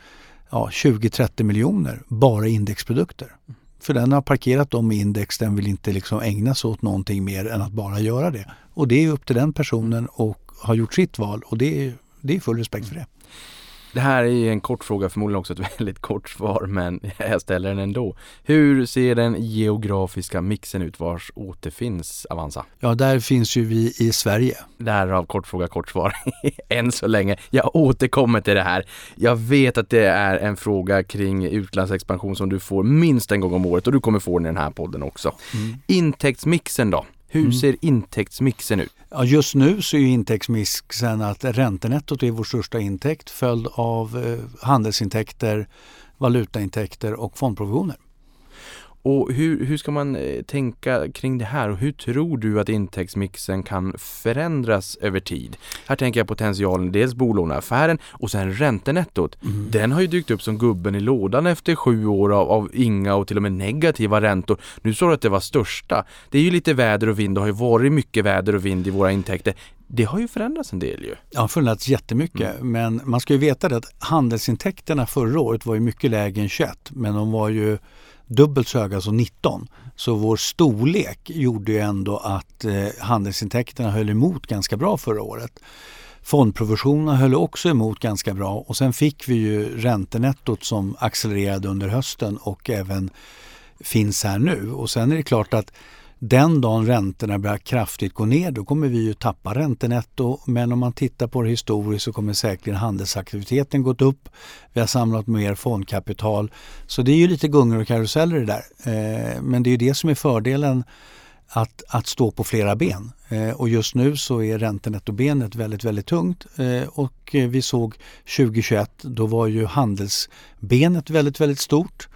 20-30 miljoner bara indexprodukter. För den har parkerat dem i index, den vill inte liksom ägna sig åt någonting mer än att bara göra det. Och det är upp till den personen och har gjort sitt val och det är full respekt för det. Det här är en kort fråga, förmodligen också ett väldigt kort svar, men jag ställer den ändå. Hur ser den geografiska mixen ut? Vars återfinns Avanza? Ja, där finns ju vi i Sverige. Därav kort fråga, kort svar. Än så länge. Jag återkommer till det här. Jag vet att det är en fråga kring utlandsexpansion som du får minst en gång om året och du kommer få den i den här podden också. Intäktsmixen då? Hur ser intäktsmixen ut? Ja, just nu så är ju intäktsmixen att räntenettot är vår största intäkt följd av handelsintäkter, valutaintäkter och fondprovisioner. Och hur ska man tänka kring det här och hur tror du att intäktsmixen kan förändras över tid? Här tänker jag potentialen, dels bolåneaffären och sen räntenettot. Den har ju dykt upp som gubben i lådan efter 7 år av inga och till och med negativa räntor. Nu sa du att det var största. Det är ju lite väder och vind, det har ju varit mycket väder och vind i våra intäkter. Det har ju förändrats en del ju. Ja, förändrats jättemycket. Men man ska ju veta det att handelsintäkterna förra året var ju mycket lägre än 21, men de var ju dubbelt så höga som 19. Så vår storlek gjorde ju ändå att handelsintäkterna höll emot ganska bra förra året. Fondprovisionerna höll också emot ganska bra och sen fick vi ju räntenettot som accelererade under hösten och även finns här nu. Och sen är det klart att den dagen räntorna börjar kraftigt gå ner, då kommer vi ju tappa räntenetto. Men om man tittar på det historiskt så kommer säkert handelsaktiviteten gått upp. Vi har samlat mer fondkapital. Så det är ju lite gungor och karuseller det där. Men det är ju det som är fördelen att stå på flera ben. Och just nu så är räntenettobenet väldigt, väldigt tungt. Och vi såg 2021, då var ju handelsbenet väldigt, väldigt stort.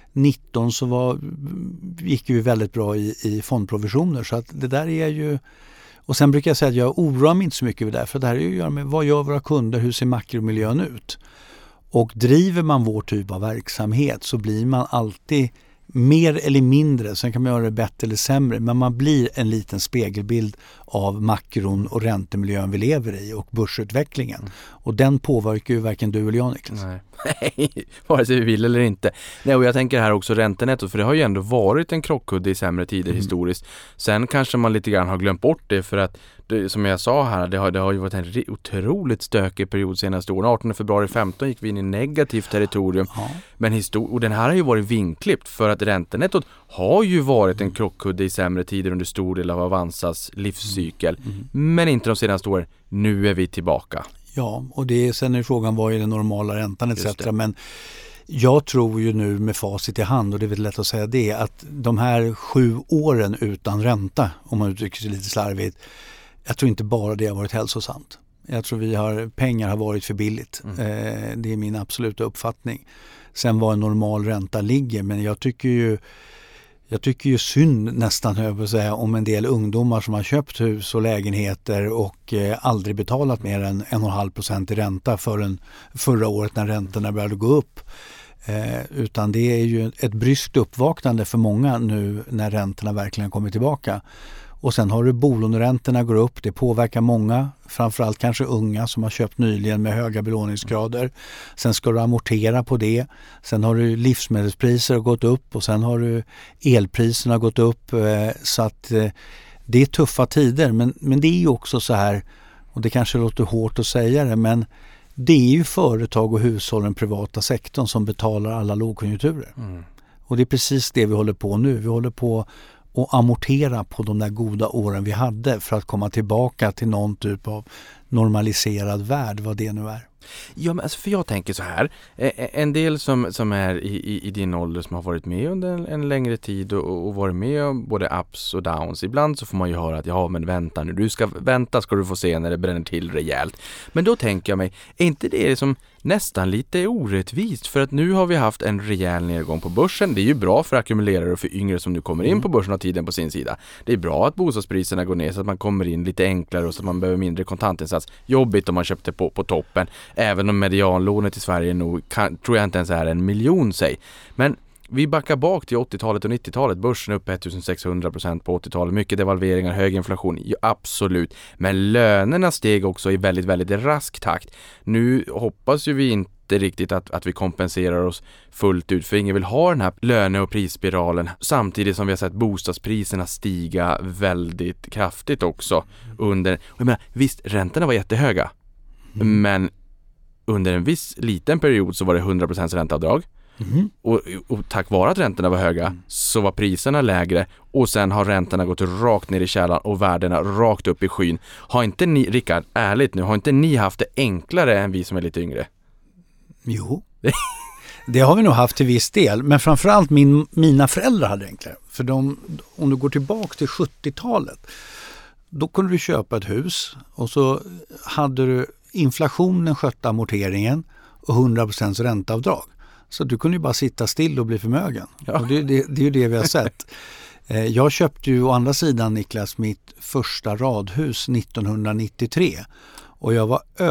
19 så gick vi väldigt bra i fondprovisioner, så att det där är ju, och sen brukar jag säga att jag oroar mig inte så mycket över det, för det här är ju att göra med vad gör våra kunder, hur ser makromiljön ut, och driver man vår typ av verksamhet så blir man alltid mer eller mindre, sen kan man göra det bättre eller sämre, men man blir en liten spegelbild av makron och räntemiljön vi lever i och börsutvecklingen. Och den påverkar ju varken du eller jag, Niklas. Nej, vare sig vi vill eller inte. Nej, och jag tänker här också räntenettot, för det har ju ändå varit en krockkudde i sämre tider historiskt. Sen kanske man lite grann har glömt bort det, för att som jag sa här, det har ju varit en otroligt stökig period senaste åren. 18 februari 15 gick vi in i negativt territorium. Ja. Men och den här har ju varit vinklippt, för att räntenettot har ju varit en krockkudde i sämre tider under stor del av Avanzas livscykel. Men inte de senaste åren. Nu är vi tillbaka. Ja, och sen är frågan vad är den normala räntan etc. Men jag tror ju nu med facit i hand, och det är väl lätt att säga det, att de här 7 åren utan ränta, om man uttrycker sig lite slarvigt, jag tror inte bara det har varit hälsosamt. Jag tror pengar har varit för billigt. Det är min absoluta uppfattning. Sen vad en normal ränta ligger, men jag tycker ju synd nästan om en del ungdomar som har köpt hus och lägenheter och aldrig betalat mer än 1,5% i ränta förra året när räntorna började gå upp. Utan det är ju ett bryskt uppvaknande för många nu när räntorna verkligen kommer tillbaka. Och sen har du bolåneräntorna går upp, det påverkar många, framförallt kanske unga som har köpt nyligen med höga belåningsgrader. Sen ska du amortera på det. Sen har du livsmedelspriser gått upp och sen har du elpriserna gått upp. Så att det är tuffa tider, men det är ju också så här, och det kanske låter hårt att säga det, men det är ju företag och hushåll, den privata sektorn, som betalar alla lågkonjunkturer. Och det är precis det vi håller på nu. Vi håller på och amortera på de där goda åren vi hade för att komma tillbaka till någon typ av normaliserad värld, vad det nu är. Ja, men alltså, för jag tänker så här, en del som är i din ålder som har varit med under en längre tid och varit med om både ups och downs, ibland så får man ju höra att ja, men vänta nu, ska du få se när det bränner till rejält. Men då tänker jag mig, är inte det som nästan lite orättvist, för att nu har vi haft en rejäl nedgång på börsen. Det är ju bra för ackumulerare och för yngre som nu kommer in på börsen och tiden på sin sida. Det är bra att bostadspriserna går ner så att man kommer in lite enklare och så att man behöver mindre kontantinsats. Jobbigt om man köpte på toppen, även om medianlånet i Sverige nog tror jag inte ens är 1 miljon sig. Men vi backar bak till 80-talet och 90-talet. Börsen upp 1600% på 80-talet. Mycket devalveringar, hög inflation. Ja, absolut. Men lönerna steg också i väldigt, väldigt rask takt. Nu hoppas ju vi inte riktigt att vi kompenserar oss fullt ut. För ingen vill ha den här löne- och prisspiralen. Samtidigt som vi har sett bostadspriserna stiga väldigt kraftigt också. Visst, räntorna var jättehöga. Men under en viss liten period så var det 100% ränteavdrag. Och tack vare att räntorna var höga så var priserna lägre, och sen har räntorna gått rakt ner i källan och värdena rakt upp i skyn. Har inte ni, Rickard, ärligt nu, har inte ni haft det enklare än vi som är lite yngre? Jo, det har vi nog haft till viss del, men framförallt mina föräldrar hade det enklare. För om du går tillbaka till 70-talet, då kunde du köpa ett hus och så hade du inflationen, skötta amorteringen och 100% ränteavdrag. Så du kunde ju bara sitta still och bli förmögen. Ja. Och det är ju det vi har sett. Jag köpte ju å andra sidan, Niklas, mitt första radhus 1993. Och jag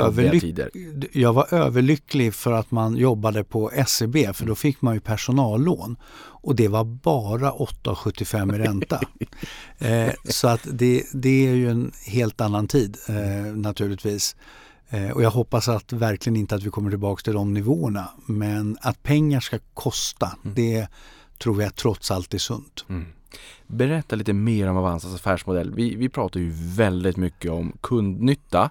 var överlycklig för att man jobbade på SEB, för då fick man ju personallån. Och det var bara 8,75 i ränta. Så att det är ju en helt annan tid naturligtvis. Och jag hoppas att verkligen inte att vi kommer tillbaka till de nivåerna. Men att pengar ska kosta, det tror jag trots allt är sunt. Berätta lite mer om Avanzas affärsmodell. Vi pratar ju väldigt mycket om kundnytta.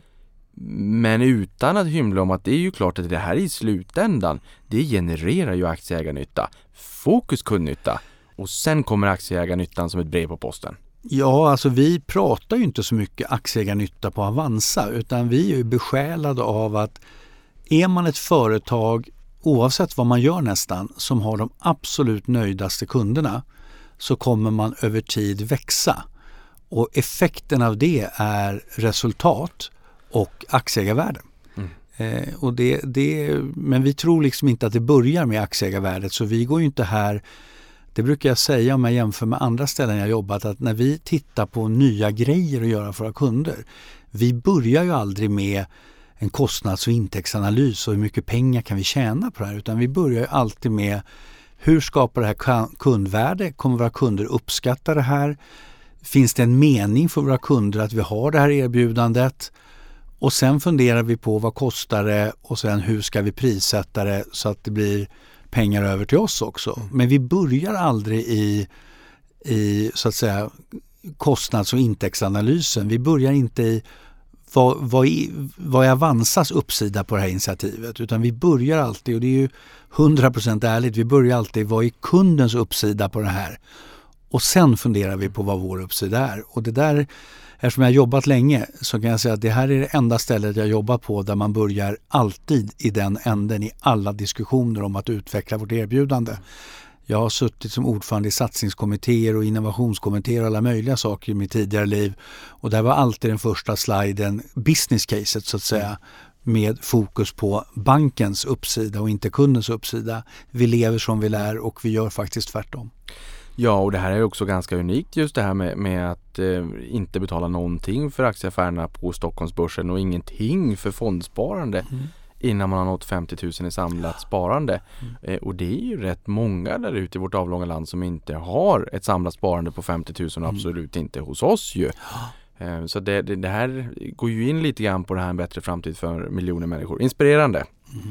Men utan att hymla om att det är ju klart att det här i slutändan, det genererar ju aktieägarnytta. Fokus kundnytta. Och sen kommer aktieägarnyttan som ett brev på posten. Ja, alltså vi pratar ju inte så mycket aktieägarnytta på Avanza, utan vi är ju besjälade av att är man ett företag, oavsett vad man gör nästan, som har de absolut nöjdaste kunderna, så kommer man över tid växa. Och effekten av det är resultat och aktieägarvärde. Men vi tror liksom inte att det börjar med aktieägarvärdet, så vi går ju inte här. Det brukar jag säga om jag jämför med andra ställen jag jobbat, att när vi tittar på nya grejer att göra för våra kunder, vi börjar ju aldrig med en kostnads- och intäktsanalys och hur mycket pengar kan vi tjäna på det här, utan vi börjar ju alltid med hur skapar det här kundvärde, kommer våra kunder uppskatta det här, finns det en mening för våra kunder att vi har det här erbjudandet, och sen funderar vi på vad kostar det och sen hur ska vi prissätta det så att det blir pengar över till oss också. Men vi börjar aldrig i så att säga kostnads- och intäktsanalysen. Vi börjar inte i vad är Avanzas uppsida på det här initiativet, utan vi börjar alltid, och det är ju 100% ärligt, vi börjar alltid vad är kundens uppsida på det här, och sen funderar vi på vad vår uppsida är. Och det där, eftersom jag har jobbat länge, så kan jag säga att det här är det enda stället jag jobbar på där man börjar alltid i den änden i alla diskussioner om att utveckla vårt erbjudande. Jag har suttit som ordförande i satsningskommittéer och innovationskommittéer och alla möjliga saker i mitt tidigare liv. Och där var alltid den första sliden business caset så att säga, med fokus på bankens uppsida och inte kundens uppsida. Vi lever som vi lär och vi gör faktiskt tvärtom. Ja, och det här är också ganska unikt, just det här med att inte betala någonting för aktieaffärerna på Stockholmsbörsen och ingenting för fondsparande innan man har nått 50 000 i samlat sparande. Och det är ju rätt många där ute i vårt avlånga land som inte har ett samlat sparande på 50 000 och absolut inte hos oss ju. Så det här går ju in lite grann på det här en bättre framtid för miljoner människor. Inspirerande.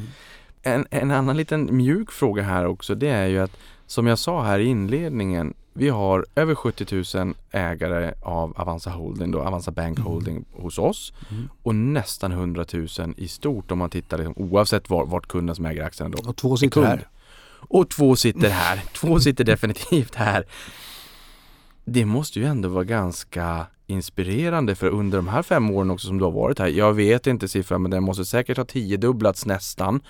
En annan liten mjuk fråga här också, det är ju att som jag sa här i inledningen, vi har över 70 000 ägare av Avanza Holding, då, Avanza Bank Holding hos oss, och nästan 100 000 i stort om man tittar liksom, oavsett vart kunden som äger aktierna då. Och 2 sitter här. Och 2 sitter här. 2 sitter definitivt här. Det måste ju ändå vara ganska inspirerande, för under de här 5 åren också som du har varit här, jag vet inte siffran, men den måste säkert ha 10-dubblats nästan.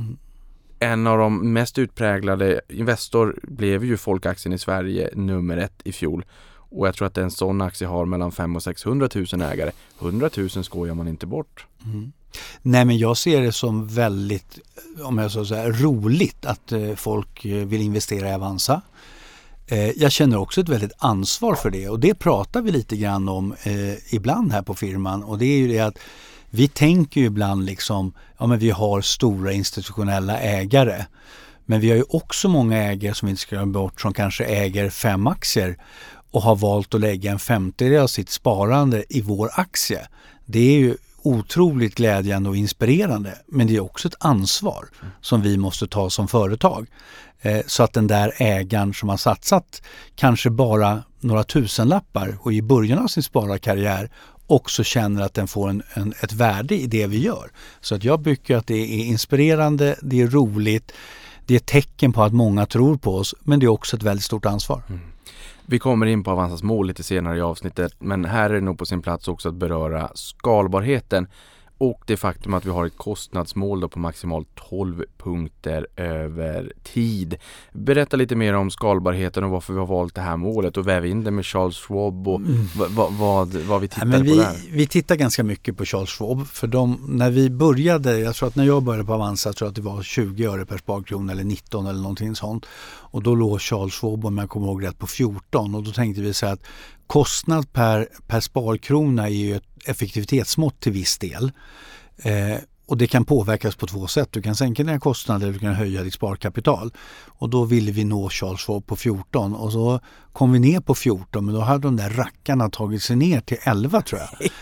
En av de mest utpräglade Investor blev ju Folkaktien i Sverige nummer 1 i fjol. Och jag tror att en sån aktie har mellan 500 000 och 600 000 ägare. 100 000 skojar man inte bort. Nej, men jag ser det som väldigt, om jag så säger, roligt att folk vill investera i Avanza. Jag känner också ett väldigt ansvar för det, och det pratar vi lite grann om ibland här på firman, och det är ju det att vi tänker ju ibland liksom, ja men vi har stora institutionella ägare, men vi har ju också många ägare som vi inte ska glömma bort som kanske äger 5 aktier och har valt att lägga en 50 av sitt sparande i vår aktie. Det är ju otroligt glädjande och inspirerande, men det är också ett ansvar som vi måste ta som företag. Så att den där ägaren som har satsat kanske bara några tusenlappar och i början av sin spararkarriär också känner att den får ett värde i det vi gör. Så att jag tycker att det är inspirerande, det är roligt, det är ett tecken på att många tror på oss, men det är också ett väldigt stort ansvar. Vi kommer in på Avanzas mål lite senare i avsnittet, men här är det nog på sin plats också att beröra skalbarheten och det faktum att vi har ett kostnadsmål då på maximalt 12 punkter över tid. Berätta lite mer om skalbarheten och varför vi har valt det här målet, och väv in det med Charles Schwab och vad vi tittade på där. Vi tittar ganska mycket på Charles Schwab, för när vi började, jag tror att när jag började på Avanza, tror jag att det var 20 öre per sparkrona eller 19 eller någonting sånt. Och då låg Charles Schwab, om jag kommer ihåg rätt, på 14, och då tänkte vi så att kostnad per sparkrona är ju ett effektivitetsmått till viss del. Och det kan påverkas på 2 sätt. Du kan sänka dina kostnader, du kan höja ditt sparkapital. Och då ville vi nå Charles Schwab på 14, och så kom vi ner på 14, men då hade de där rackarna tagit sig ner till 11 tror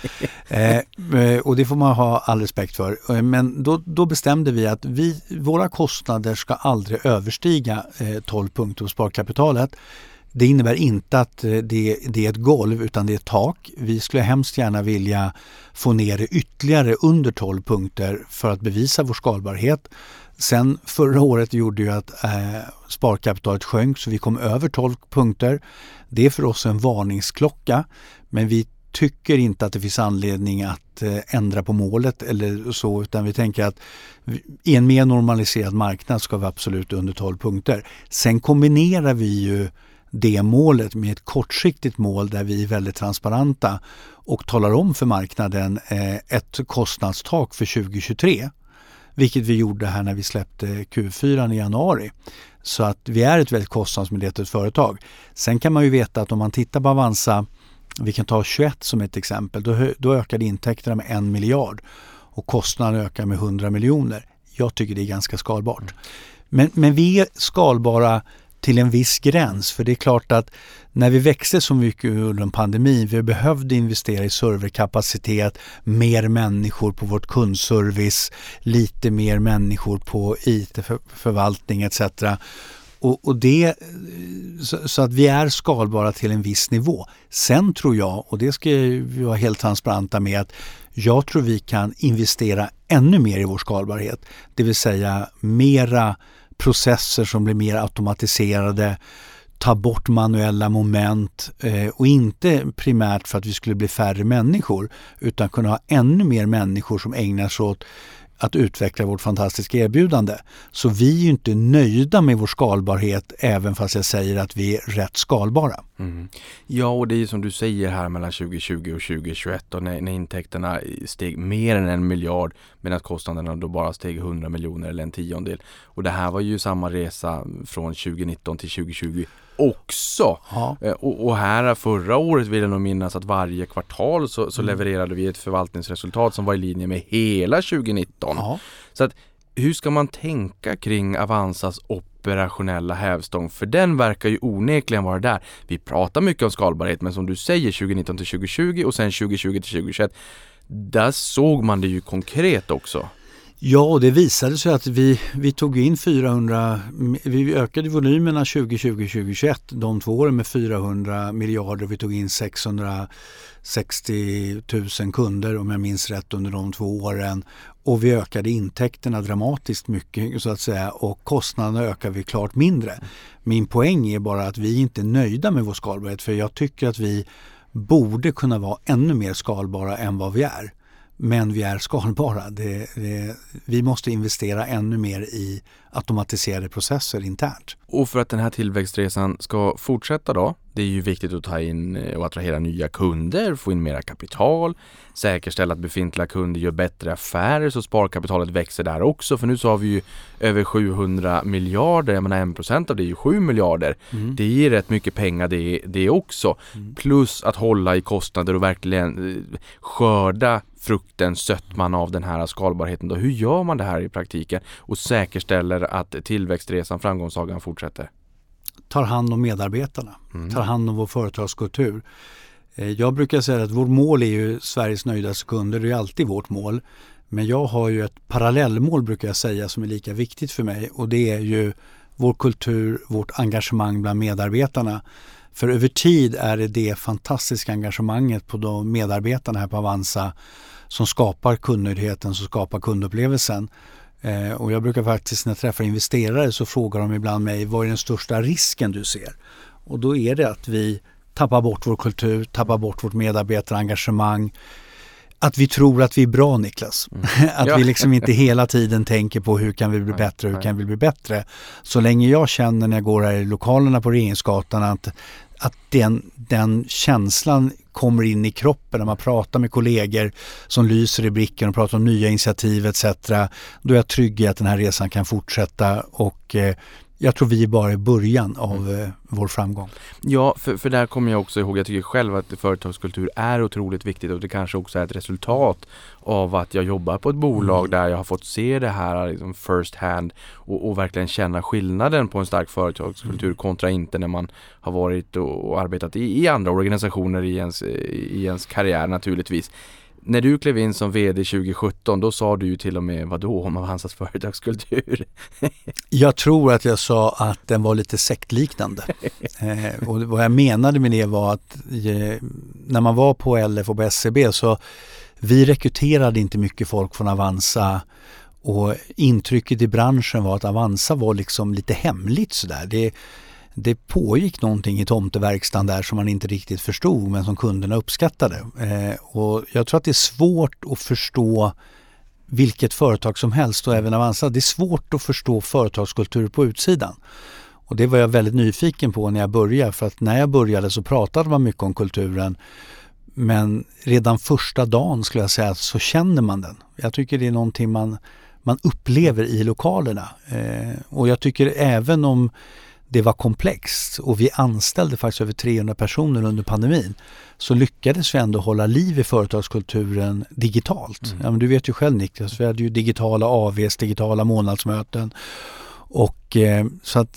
jag. Och det får man ha all respekt för. Men då bestämde vi att våra kostnader ska aldrig överstiga 12 punkter på sparkapitalet. Det innebär inte att det är ett golv, utan det är ett tak. Vi skulle hemskt gärna vilja få ner det ytterligare under 12 punkter för att bevisa vår skalbarhet. Sen förra året gjorde ju att sparkapitalet sjönk, så vi kom över 12 punkter. Det är för oss en varningsklocka, men vi tycker inte att det finns anledning att ändra på målet eller så, utan vi tänker att i en mer normaliserad marknad ska vi absolut under 12 punkter. Sen kombinerar vi ju det målet med ett kortsiktigt mål där vi är väldigt transparenta och talar om för marknaden ett kostnadstak för 2023, vilket vi gjorde här när vi släppte Q4 i januari. Så att vi är ett väldigt kostnadsmedvetet företag. Sen kan man ju veta att om man tittar på Avanza, vi kan ta 21 som ett exempel, då ökade intäkterna med 1 miljard och kostnaden ökar med 100 miljoner. Jag tycker det är ganska skalbart. Men vi är skalbara till en viss gräns, för det är klart att när vi växte så mycket under pandemin, vi behövde investera i serverkapacitet, mer människor på vårt kundservice, lite mer människor på IT-förvaltning etc. Och det, så att vi är skalbara till en viss nivå. Sen tror jag, och det ska vi vara helt transparenta med, att jag tror vi kan investera ännu mer i vår skalbarhet. Det vill säga mera processer som blir mer automatiserade, ta bort manuella moment och inte primärt för att vi skulle bli färre människor, utan kunna ha ännu mer människor som ägnar sig åt att utveckla vårt fantastiska erbjudande. Så vi är ju inte nöjda med vår skalbarhet, även fast jag säger att vi är rätt skalbara. Mm. Ja, och det är ju som du säger här mellan 2020 och 2021 och när intäkterna steg mer än 1 miljard, medan kostnaderna då bara steg 100 miljoner eller 1/10. Och det här var ju samma resa från 2019 till 2020 också. Ja. Och här förra året vill jag nog minnas att varje kvartal så levererade vi ett förvaltningsresultat som var i linje med hela 2019. Ja. Så att hur ska man tänka kring Avanzas operationella hävstång? För den verkar ju onekligen vara där. Vi pratar mycket om skalbarhet, men som du säger 2019 till 2020 och sen 2020 till 2021, där såg man det ju konkret också. Ja, och det visade sig att vi tog in 400, vi ökade volymerna 2020-2021, de 2 åren med 400 miljarder. Vi tog in 660 000 kunder om jag minns rätt under de 2 åren. Och vi ökade intäkterna dramatiskt mycket så att säga, och kostnaderna ökar vi klart mindre. Min poäng är bara att vi inte är nöjda med vår skalbarhet, för jag tycker att vi borde kunna vara ännu mer skalbara än vad vi är. Men vi är skalbara. Vi måste investera ännu mer i automatiserade processer internt. Och för att den här tillväxtresan ska fortsätta då, det är ju viktigt att ta in och attrahera nya kunder, få in mera kapital, säkerställa att befintliga kunder gör bättre affärer så sparkapitalet växer där också. För nu så har vi ju över 700 miljarder, jag menar 1% av det är ju 7 miljarder. Det ger rätt mycket pengar det också. Plus att hålla i kostnader och verkligen skörda frukten, sötman av den här skalbarheten. Då. Hur gör man det här i praktiken och säkerställer att tillväxtresan, framgångssagan fortsätter? Tar hand om medarbetarna, tar hand om vår företagskultur. Jag brukar säga att vårt mål är ju Sveriges nöjdaste kunder, det är alltid vårt mål. Men jag har ju ett parallellmål brukar jag säga som är lika viktigt för mig och det är ju vår kultur, vårt engagemang bland medarbetarna. För över tid är det fantastiska engagemanget på de medarbetarna här på Avanza som skapar kundnöjdheten, som skapar kundupplevelsen. Och jag brukar faktiskt när jag träffar investerare så frågar de ibland mig vad är den största risken du ser? Och då är det att vi tappar bort vår kultur, tappar bort vårt medarbetarengagemang. Att vi tror att vi är bra, Niklas. Att vi liksom inte hela tiden tänker på hur kan vi bli bättre, hur kan vi bli bättre. Så länge jag känner när jag går här i lokalerna på Regeringsgatan att den känslan kommer in i kroppen när man pratar med kollegor som lyser i blicken och pratar om nya initiativ etc. Då är jag trygg i att den här resan kan fortsätta och jag tror vi är bara i början av vår framgång. Ja, för där kommer jag också ihåg, jag tycker själv att företagskultur är otroligt viktigt och det kanske också är ett resultat av att jag jobbar på ett bolag där jag har fått se det här liksom first hand och verkligen känna skillnaden på en stark företagskultur kontra inte när man har varit och arbetat i andra organisationer i ens karriär naturligtvis. När du klev in som vd 2017, då sa du ju till och med vadå om Avanzas företagskultur? Jag tror att jag sa att den var lite sektliknande. Och vad jag menade med det var att när man var på LF och på SCB så vi rekryterade inte mycket folk från Avanza och intrycket i branschen var att Avanza var liksom lite hemligt sådär. Det pågick någonting i tomteverkstan där som man inte riktigt förstod men som kunderna uppskattade. Och jag tror att det är svårt att förstå vilket företag som helst och även Avanza. Det är svårt att förstå företagskultur på utsidan. Och det var jag väldigt nyfiken på när jag började. För att när jag började så pratade man mycket om kulturen. Men redan första dagen skulle jag säga så känner man den. Jag tycker det är någonting man upplever i lokalerna. Och jag tycker även om det var komplext och vi anställde faktiskt över 300 personer under pandemin så lyckades vi ändå hålla liv i företagskulturen digitalt. Ja, men du vet ju själv Niklas, vi hade ju digitala AVs, digitala månadsmöten och så att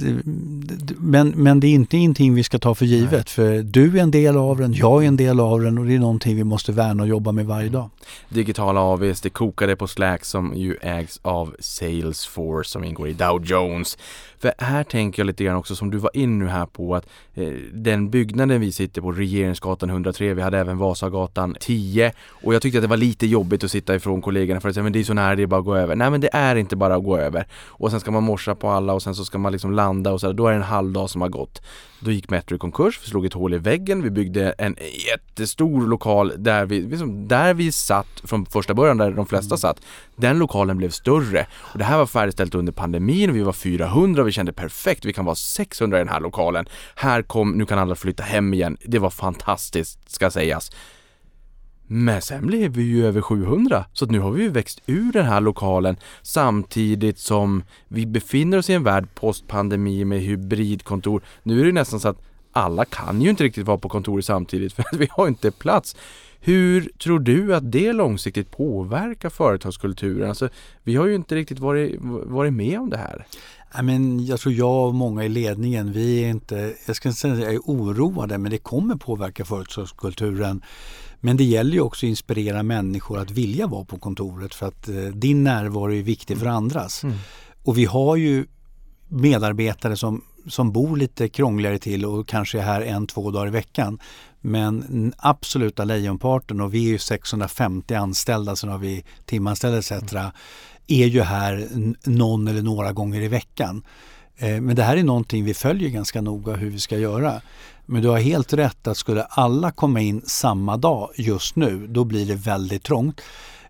men det är inte någonting vi ska ta för givet för du är en del av den, jag är en del av den och det är någonting vi måste värna och jobba med varje dag. Digitala AVs, det kokade på Slack som ju ägs av Salesforce som ingår i Dow Jones. För här tänker jag lite grann också som du var in nu här på att den byggnaden vi sitter på Regeringsgatan 103, vi hade även Vasagatan 10 och jag tyckte att det var lite jobbigt att sitta ifrån kollegorna för att säga men det är så nära, det är bara att gå över. Nej men det är inte bara att gå över och sen ska man morsa på alla och sen så ska man liksom landa och så då är det en halv dag som har gått. Då gick Metro i konkurs, vi slog ett hål i väggen, vi byggde en jättestor lokal där vi satt från första början där de flesta satt. Den lokalen blev större och det här var färdigställt under pandemin, vi var 400 och vi kände perfekt, vi kan vara 600 i den här lokalen. Nu kan alla flytta hem igen. Det var fantastiskt ska sägas. Men sen blev vi ju över 700 så att nu har vi ju växt ur den här lokalen samtidigt som vi befinner oss i en värld postpandemi med hybridkontor. Nu är det nästan så att alla kan ju inte riktigt vara på kontor samtidigt för att vi har inte plats. Hur tror du att det långsiktigt påverkar företagskulturen? Alltså, vi har ju inte riktigt varit med om det här. Jag tror jag och många i ledningen, vi är inte, jag ska inte säga att jag är oroade, men det kommer påverka företagskulturen. Men det gäller ju också att inspirera människor att vilja vara på kontoret för att din närvaro är viktig för andras. Och vi har ju medarbetare som bor lite krångligare till och kanske är här 1-2 dagar i veckan. Men absoluta lejonparten, och vi är ju 650 anställda, sen har vi timanställda etc. är ju här någon eller några gånger i veckan. Men det här är någonting vi följer ganska noga hur vi ska göra. Men du har helt rätt att skulle alla komma in samma dag just nu, då blir det väldigt trångt.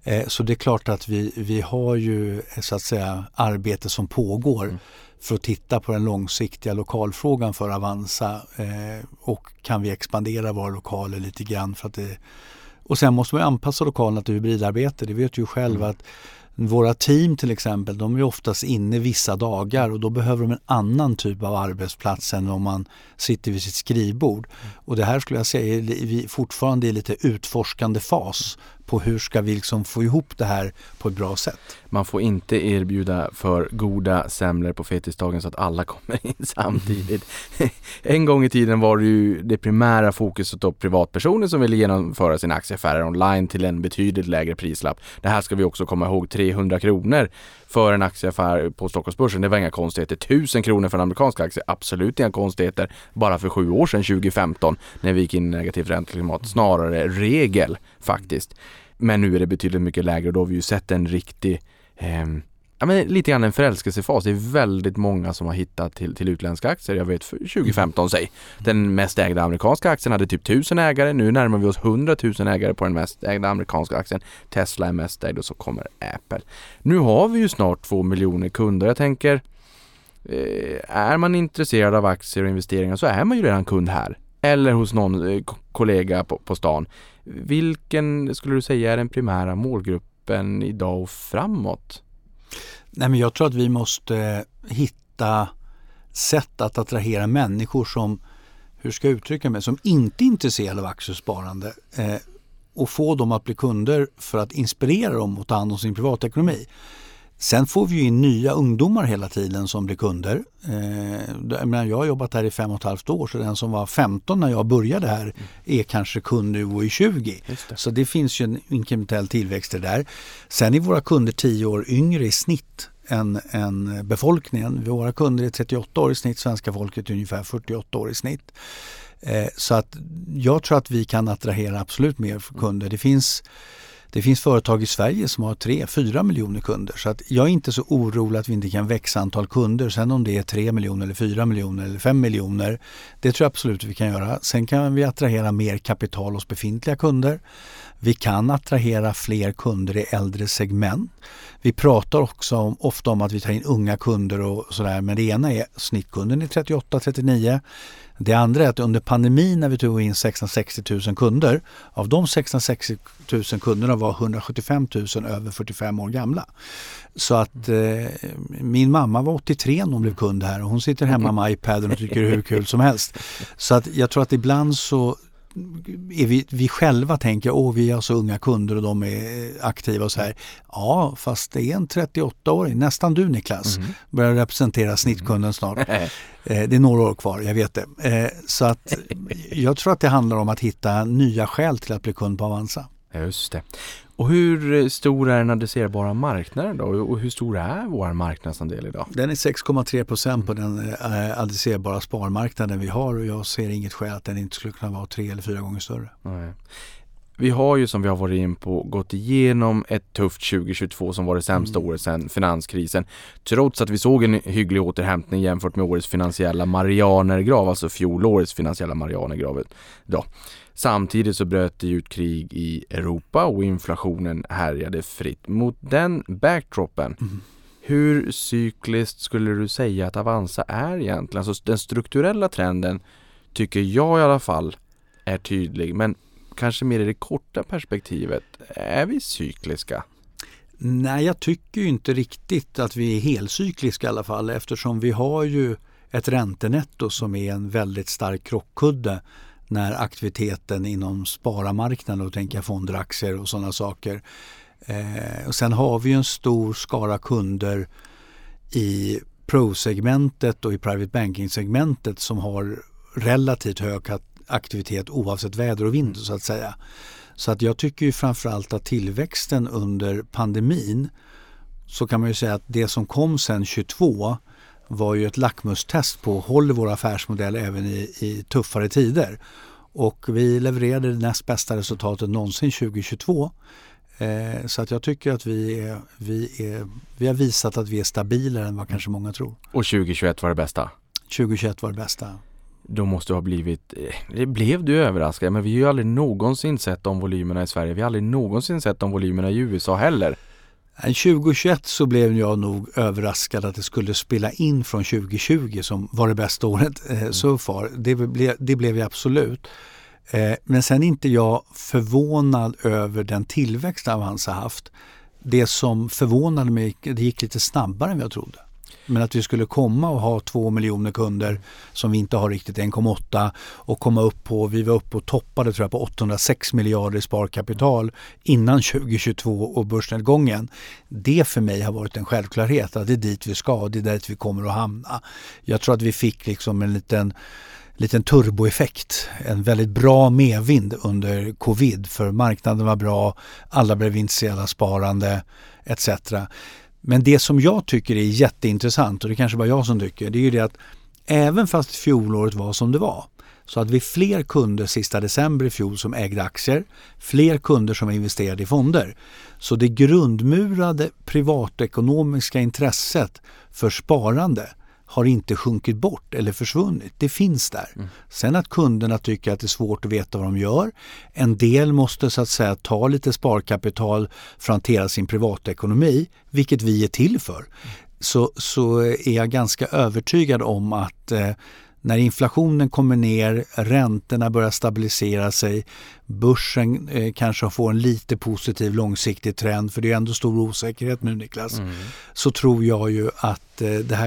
Så det är klart att vi har ju så att säga arbete som pågår för att titta på den långsiktiga lokalfrågan för Avanza och kan vi expandera våra lokaler lite grann för att det. Och sen måste man anpassa lokalerna till hybridarbete. Det vet ju själv att våra team till exempel, de är oftast inne vissa dagar och då behöver de en annan typ av arbetsplats än om man sitter vid sitt skrivbord. Och det här skulle jag säga vi fortfarande i lite utforskande fas på hur ska vi liksom få ihop det här på ett bra sätt. Man får inte erbjuda för goda semlor på fetisdagen så att alla kommer in samtidigt. En gång i tiden var det ju det primära fokuset av privatpersoner som ville genomföra sina aktieaffärer online till en betydligt lägre prislapp. Det här ska vi också komma ihåg, 300 kronor för en aktieaffär på Stockholmsbörsen. Det var inga konstigheter. 1000 kronor för en amerikansk aktie, absolut inga konstigheter. Bara för 7 år sedan, 2015, när vi gick in i negativt ränteklimat. Snarare regel faktiskt. Men nu är det betydligt mycket lägre och då har vi ju sett en riktig, lite grann en förälskelsefas. Det är väldigt många som har hittat till utländska aktier. Jag vet för 2015 säg. Den mest ägda amerikanska aktien hade typ 1000 ägare. Nu närmar vi oss 100 000 ägare på den mest ägda amerikanska aktien. Tesla är mest ägd och så kommer Apple. Nu har vi ju snart 2 miljoner kunder. Jag tänker, är man intresserad av aktier och investeringar så är man ju redan kund här. Eller hos någon kollega på stan. Vilken skulle du säga är den primära målgruppen idag och framåt? Nej, men jag tror att vi måste hitta sätt att attrahera människor som, hur ska jag uttrycka mig, som inte är intresserade av aktiesparande och få dem att bli kunder för att inspirera dem att ta hand om sin privatekonomi. Sen får vi ju in nya ungdomar hela tiden som blir kunder. Jag har jobbat här i 5,5 år så den som var 15 när jag började här är kanske kund nu och i 20. Så det finns ju en inkrementell tillväxt där. Sen är våra kunder 10 år yngre i snitt än befolkningen. Våra kunder är 38 år i snitt, svenska folket är ungefär 48 år i snitt. Så att jag tror att vi kan attrahera absolut mer kunder. Det finns företag i Sverige som har 3-4 miljoner kunder. Så att jag är inte så orolig att vi inte kan växa antal kunder. Sen om det är 3 miljoner eller 4 miljoner eller 5 miljoner, det tror jag absolut vi kan göra. Sen kan vi attrahera mer kapital hos befintliga kunder. Vi kan attrahera fler kunder i äldre segment. Vi pratar också ofta om att vi tar in unga kunder och sådär. Men det ena är snittkunden är 38-39. Det andra är att under pandemin när vi tog in 660 000 kunder, av de 660 000 kunderna var 175 000 över 45 år gamla. Så att min mamma var 83 när hon blev kund här och hon sitter hemma med iPaden och tycker det är hur kul som helst. Så att jag tror att ibland så är vi själva tänker vi har så unga kunder och de är aktiva och så här. Ja, fast det är en 38-åring, nästan du Niklas, börjar representera snittkunden snart. Det är några år kvar, jag vet det. Så att jag tror att det handlar om att hitta nya skäl till att bli kund på Avanza. Just det. Och hur stor är den adresserbara marknaden då? Och hur stor är vår marknadsandel idag? Den är 6,3% på den adresserbara sparmarknaden vi har och jag ser inget skäl att den inte skulle kunna vara 3 eller 4 gånger större. Nej. Vi har ju som vi har varit in på gått igenom ett tufft 2022 som var det sämsta året sedan finanskrisen. Trots att vi såg en hygglig återhämtning jämfört med årets finansiella Marianergrav, alltså fjolårets finansiella Marianergrav. Ja. Samtidigt så bröt det ut krig i Europa och inflationen härjade fritt. Mot den backdropen, hur cykliskt skulle du säga att Avanza är egentligen? Alltså den strukturella trenden tycker jag i alla fall är tydlig, men kanske mer i det korta perspektivet. Är vi cykliska? Nej, jag tycker ju inte riktigt att vi är helcykliska i alla fall eftersom vi har ju ett räntenetto som är en väldigt stark krockkudde när aktiviteten inom spararmarknaden och tänka fonder, aktier och sådana saker. Och sen har vi en stor skara kunder i pro-segmentet och i private banking-segmentet som har relativt hög aktivitet oavsett väder och vind så att säga. Så att jag tycker ju framförallt att tillväxten under pandemin, så kan man ju säga att det som kom sen 22 var ju ett lackmustest på håller vår affärsmodell även i tuffare tider. Och vi levererade det näst bästa resultatet någonsin 2022. Så att jag tycker att vi har visat att vi är stabilare än vad kanske många tror. Och 2021 var det bästa? 2021 var det bästa. då måste du ha blivit, blev du överraskad? Men vi har ju aldrig någonsin sett de volymerna i Sverige. Vi har aldrig någonsin sett de volymerna i USA heller. 2021 så blev jag nog överraskad att det skulle spela in från 2020 som var det bästa året så far. Det blev jag absolut. Men sen är inte jag förvånad över den tillväxt Avanza haft. Det som förvånade mig, det gick lite snabbare än jag trodde. Men att vi skulle komma och ha 2 miljoner kunder som vi inte har riktigt 1,8 och komma upp på, vi var uppe och toppade tror jag på 806 miljarder i sparkapital innan 2022 och börsnedgången. Det för mig har varit en självklarhet att det är dit vi ska, det är dit vi kommer att hamna. Jag tror att vi fick liksom en liten turboeffekt, en väldigt bra medvind under covid för marknaden var bra, alla blev intresserade av sparande etc. Men det som jag tycker är jätteintressant, och det kanske bara jag som tycker, det är ju det att även fast fjolåret var som det var, så hade vi fler kunder sista december i fjol som ägde aktier, fler kunder som investerade i fonder. Så det grundmurade privatekonomiska intresset för sparande har inte sjunkit bort eller försvunnit. Det finns där. Sen att kunderna tycker att det är svårt att veta vad de gör. En del måste så att säga ta lite sparkapital för att hantera sin privatekonomi, vilket vi är till för. Så är jag ganska övertygad om att när inflationen kommer ner, räntorna börjar stabilisera sig, börsen kanske får en lite positiv långsiktig trend, för det är ändå stor osäkerhet nu Niklas, så tror jag ju att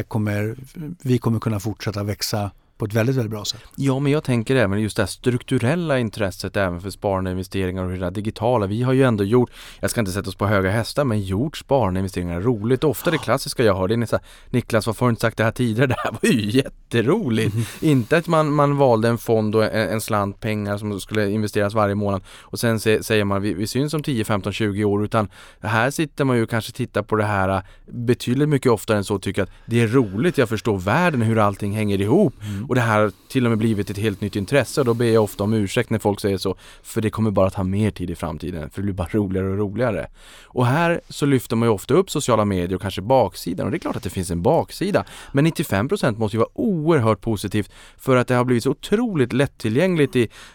vi kommer kunna fortsätta växa på ett väldigt, väldigt bra sätt. Ja, men jag tänker även just det här strukturella intresset även för sparande investeringar och det där digitala. Vi har ju ändå gjort, jag ska inte sätta oss på höga hästar, men gjort sparande investeringar roligt. Ofta det klassiska jag hör, det är så här, Niklas, varför har du inte sagt det här tidigare? Det här var ju jätteroligt. Inte att man valde en fond och en slant pengar som skulle investeras varje månad och sen säger man vi syns om 10, 15, 20 år, utan här sitter man ju kanske tittar på det här betydligt mycket oftare än så, tycker att det är roligt, jag förstår världen, hur allting hänger ihop. Och det här har till och med blivit ett helt nytt intresse, och då ber jag ofta om ursäkt när folk säger så, för det kommer bara att ta mer tid i framtiden, för det blir bara roligare och roligare. Och här så lyfter man ju ofta upp sociala medier och kanske baksidan, och det är klart att det finns en baksida, men 95% måste ju vara oerhört positivt för att det har blivit så otroligt lättillgängligt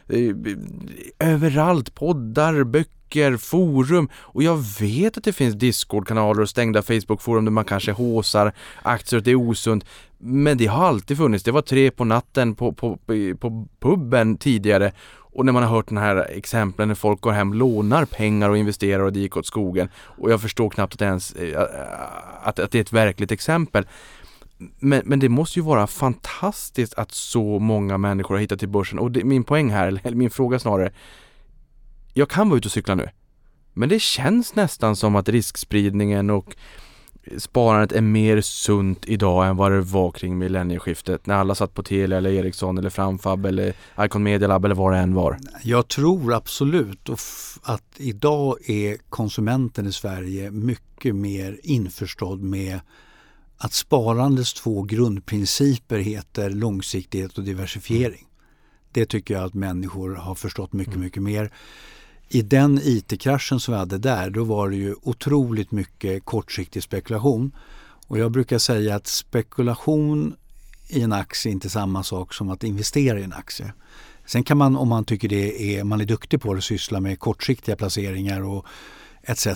överallt, poddar, böcker, forum, och jag vet att det finns Discord-kanaler och stängda Facebook-forum där man kanske håsar aktier, det är osunt, men det har alltid funnits. Det var 3 på natten på puben tidigare, och när man har hört den här exemplen när folk går hem, lånar pengar och investerar och det gick åt skogen, och jag förstår knappt att det är ett verkligt exempel. Men det måste ju vara fantastiskt att så många människor har hittat till börsen, och min poäng här, eller min fråga snarare, jag kan vara ute och cykla nu, men det känns nästan som att riskspridningen och sparandet är mer sunt idag än vad det var kring millennieskiftet, när alla satt på Telia eller Ericsson eller Framfab eller Icon Media Lab eller vad det än var. Jag tror absolut att idag är konsumenten i Sverige mycket mer införstådd med att sparandets 2 grundprinciper heter långsiktighet och diversifiering. Det tycker jag att människor har förstått mycket, mycket mer. I den IT-kraschen som vi hade där, då var det ju otroligt mycket kortsiktig spekulation. Och jag brukar säga att spekulation i en aktie är inte samma sak som att investera i en aktie. Sen kan man, om man tycker man är duktig på det, syssla med kortsiktiga placeringar och etc.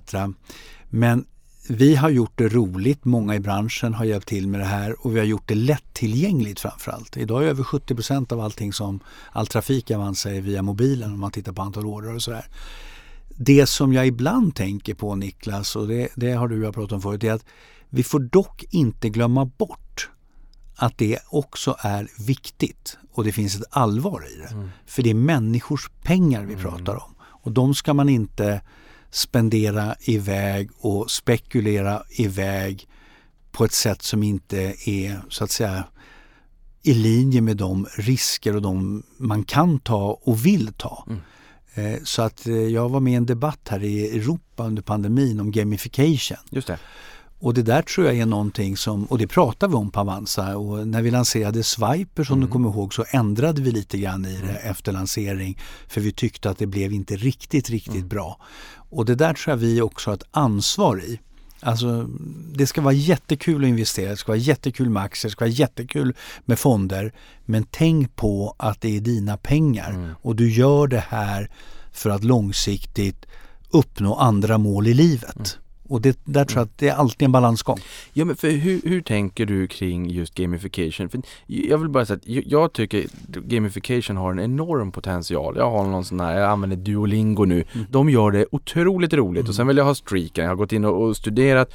Men vi har gjort det roligt, många i branschen har hjälpt till med det här, och vi har gjort det lättillgängligt framförallt. Idag är över 70% av all trafik Avanza är via mobilen om man tittar på antal order och sådär. Det som jag ibland tänker på, Niklas, och det har du pratat om förut, är att vi får dock inte glömma bort att det också är viktigt, och det finns ett allvar i det. För det är människors pengar vi pratar om, och de ska man inte spendera iväg och spekulera iväg på ett sätt som inte är så att säga i linje med de risker och de man kan ta och vill ta. Så att jag var med i en debatt här i Europa under pandemin om gamification. Just det. Och det där tror jag är någonting som, och det pratar vi om på Avanza, och när vi lanserade Swiper som du kommer ihåg, så ändrade vi lite grann i det efter lansering, för vi tyckte att det blev inte riktigt bra. Och det där tror jag vi också har ett ansvar i, Alltså, det ska vara jättekul att investera, det ska vara jättekul med aktier, det ska vara jättekul med fonder. Men tänk på att det är dina pengar och du gör det här för att långsiktigt uppnå andra mål i livet. Och där tror jag att det är alltid en balansgång. Ja, men för hur tänker du kring just gamification? För jag vill bara säga att jag tycker gamification har en enorm potential. Jag har någon sån här, jag använder Duolingo nu. De gör det otroligt roligt och sen vill jag ha streaken. Jag har gått in och studerat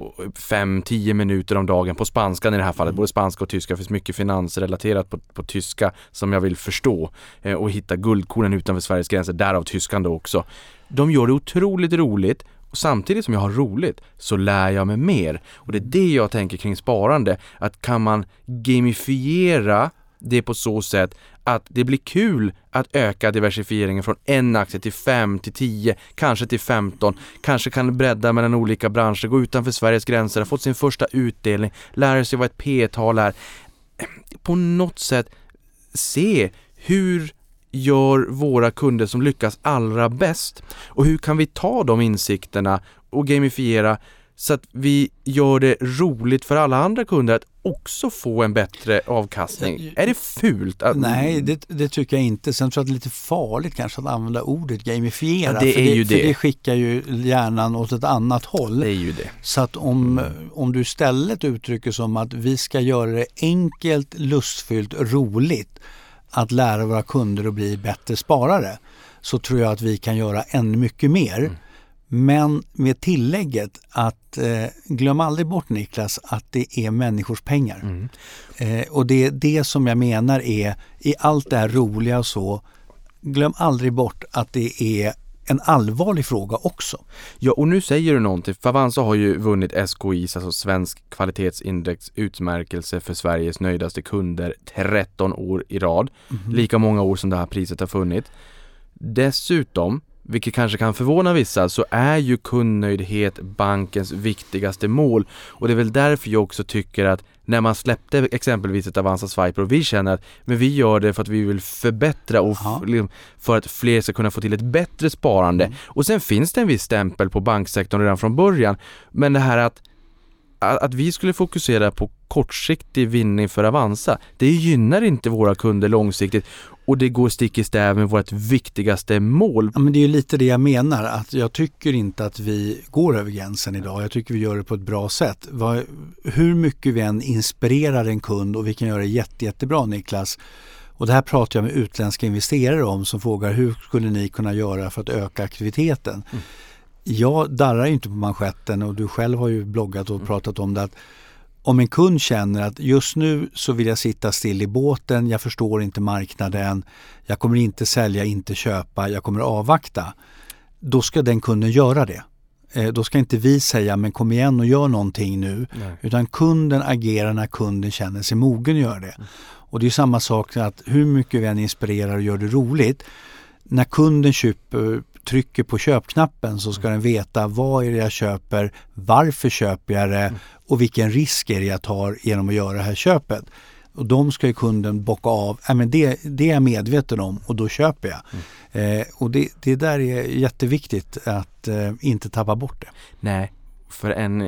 5-10 minuter om dagen på spanskan i det här fallet. Både spanska och tyska. Det finns mycket finansrelaterat på tyska som jag vill förstå och hitta guldkornen utanför Sveriges gränser, därav tyskan då också. De gör det otroligt roligt. Och samtidigt som jag har roligt så lär jag mig mer. Och det är det jag tänker kring sparande. Att kan man gamifiera det på så sätt att det blir kul att öka diversifieringen från en aktie till 5, till 10, kanske till 15. Kanske kan bredda mellan olika branscher, gå utanför Sveriges gränser, ha fått sin första utdelning, lära sig vad ett P-tal är. På något sätt se hur gör våra kunder som lyckas allra bäst och hur kan vi ta de insikterna och gamifiera så att vi gör det roligt för alla andra kunder att också få en bättre avkastning. Är det fult? Nej, det tycker jag inte. Sen tror jag att det är lite farligt kanske att använda ordet gamifiera. Ja, för det skickar ju hjärnan åt ett annat håll. Det är ju det. Så att om du istället uttrycker som att vi ska göra det enkelt, lustfyllt, roligt att lära våra kunder att bli bättre sparare, så tror jag att vi kan göra ännu mycket mer. Men med tillägget att glöm aldrig bort, Niklas, att det är människors pengar. Och det är det som jag menar är i allt det här roliga och så, glöm aldrig bort att det är en allvarlig fråga också. Ja, och nu säger du någonting. För Avanza har ju vunnit SKIs, alltså Svensk Kvalitetsindex, utmärkelse för Sveriges nöjdaste kunder 13 år i rad. Lika många år som det här priset har funnits. Dessutom, vilket kanske kan förvåna vissa, så är ju kundnöjdhet bankens viktigaste mål. Och det är väl därför jag också tycker att när man släppte exempelvis ett Avanza Swiper och vi känner att men vi gör det för att vi vill förbättra och för att fler ska kunna få till ett bättre sparande. Och sen finns det en viss stämpel på banksektorn redan från början. Men det här att vi skulle fokusera på kortsiktig vinning för Avanza, det gynnar inte våra kunder långsiktigt. Och det går stick i stäv med vårt viktigaste mål. Ja, men det är ju lite det jag menar. Att jag tycker inte att vi går över gränsen idag. Jag tycker vi gör det på ett bra sätt. Hur mycket vi än inspirerar en kund, och vi kan göra det jättebra, Niklas. Och det här pratar jag med utländska investerare om som frågar hur skulle ni kunna göra för att öka aktiviteten. Jag darrar inte på manschetten, och du själv har ju bloggat och pratat om det, att om en kund känner att just nu så vill jag sitta still i båten, jag förstår inte marknaden, jag kommer inte sälja, inte köpa, jag kommer avvakta. Då ska den kunden göra det. Då ska inte vi säga men kom igen och gör någonting nu. Nej. Utan kunden agerar när kunden känner sig mogen att göra det. Och det är samma sak att hur mycket vi än inspirerar och gör det roligt. När kunden trycker på köpknappen så ska den veta vad är det jag köper, varför köper jag det och vilken risk är det jag tar genom att göra det här köpet. Och de ska ju kunden bocka av, men det är jag medveten om och då köper jag. Och det där är jätteviktigt att inte tappa bort det. Nej, för en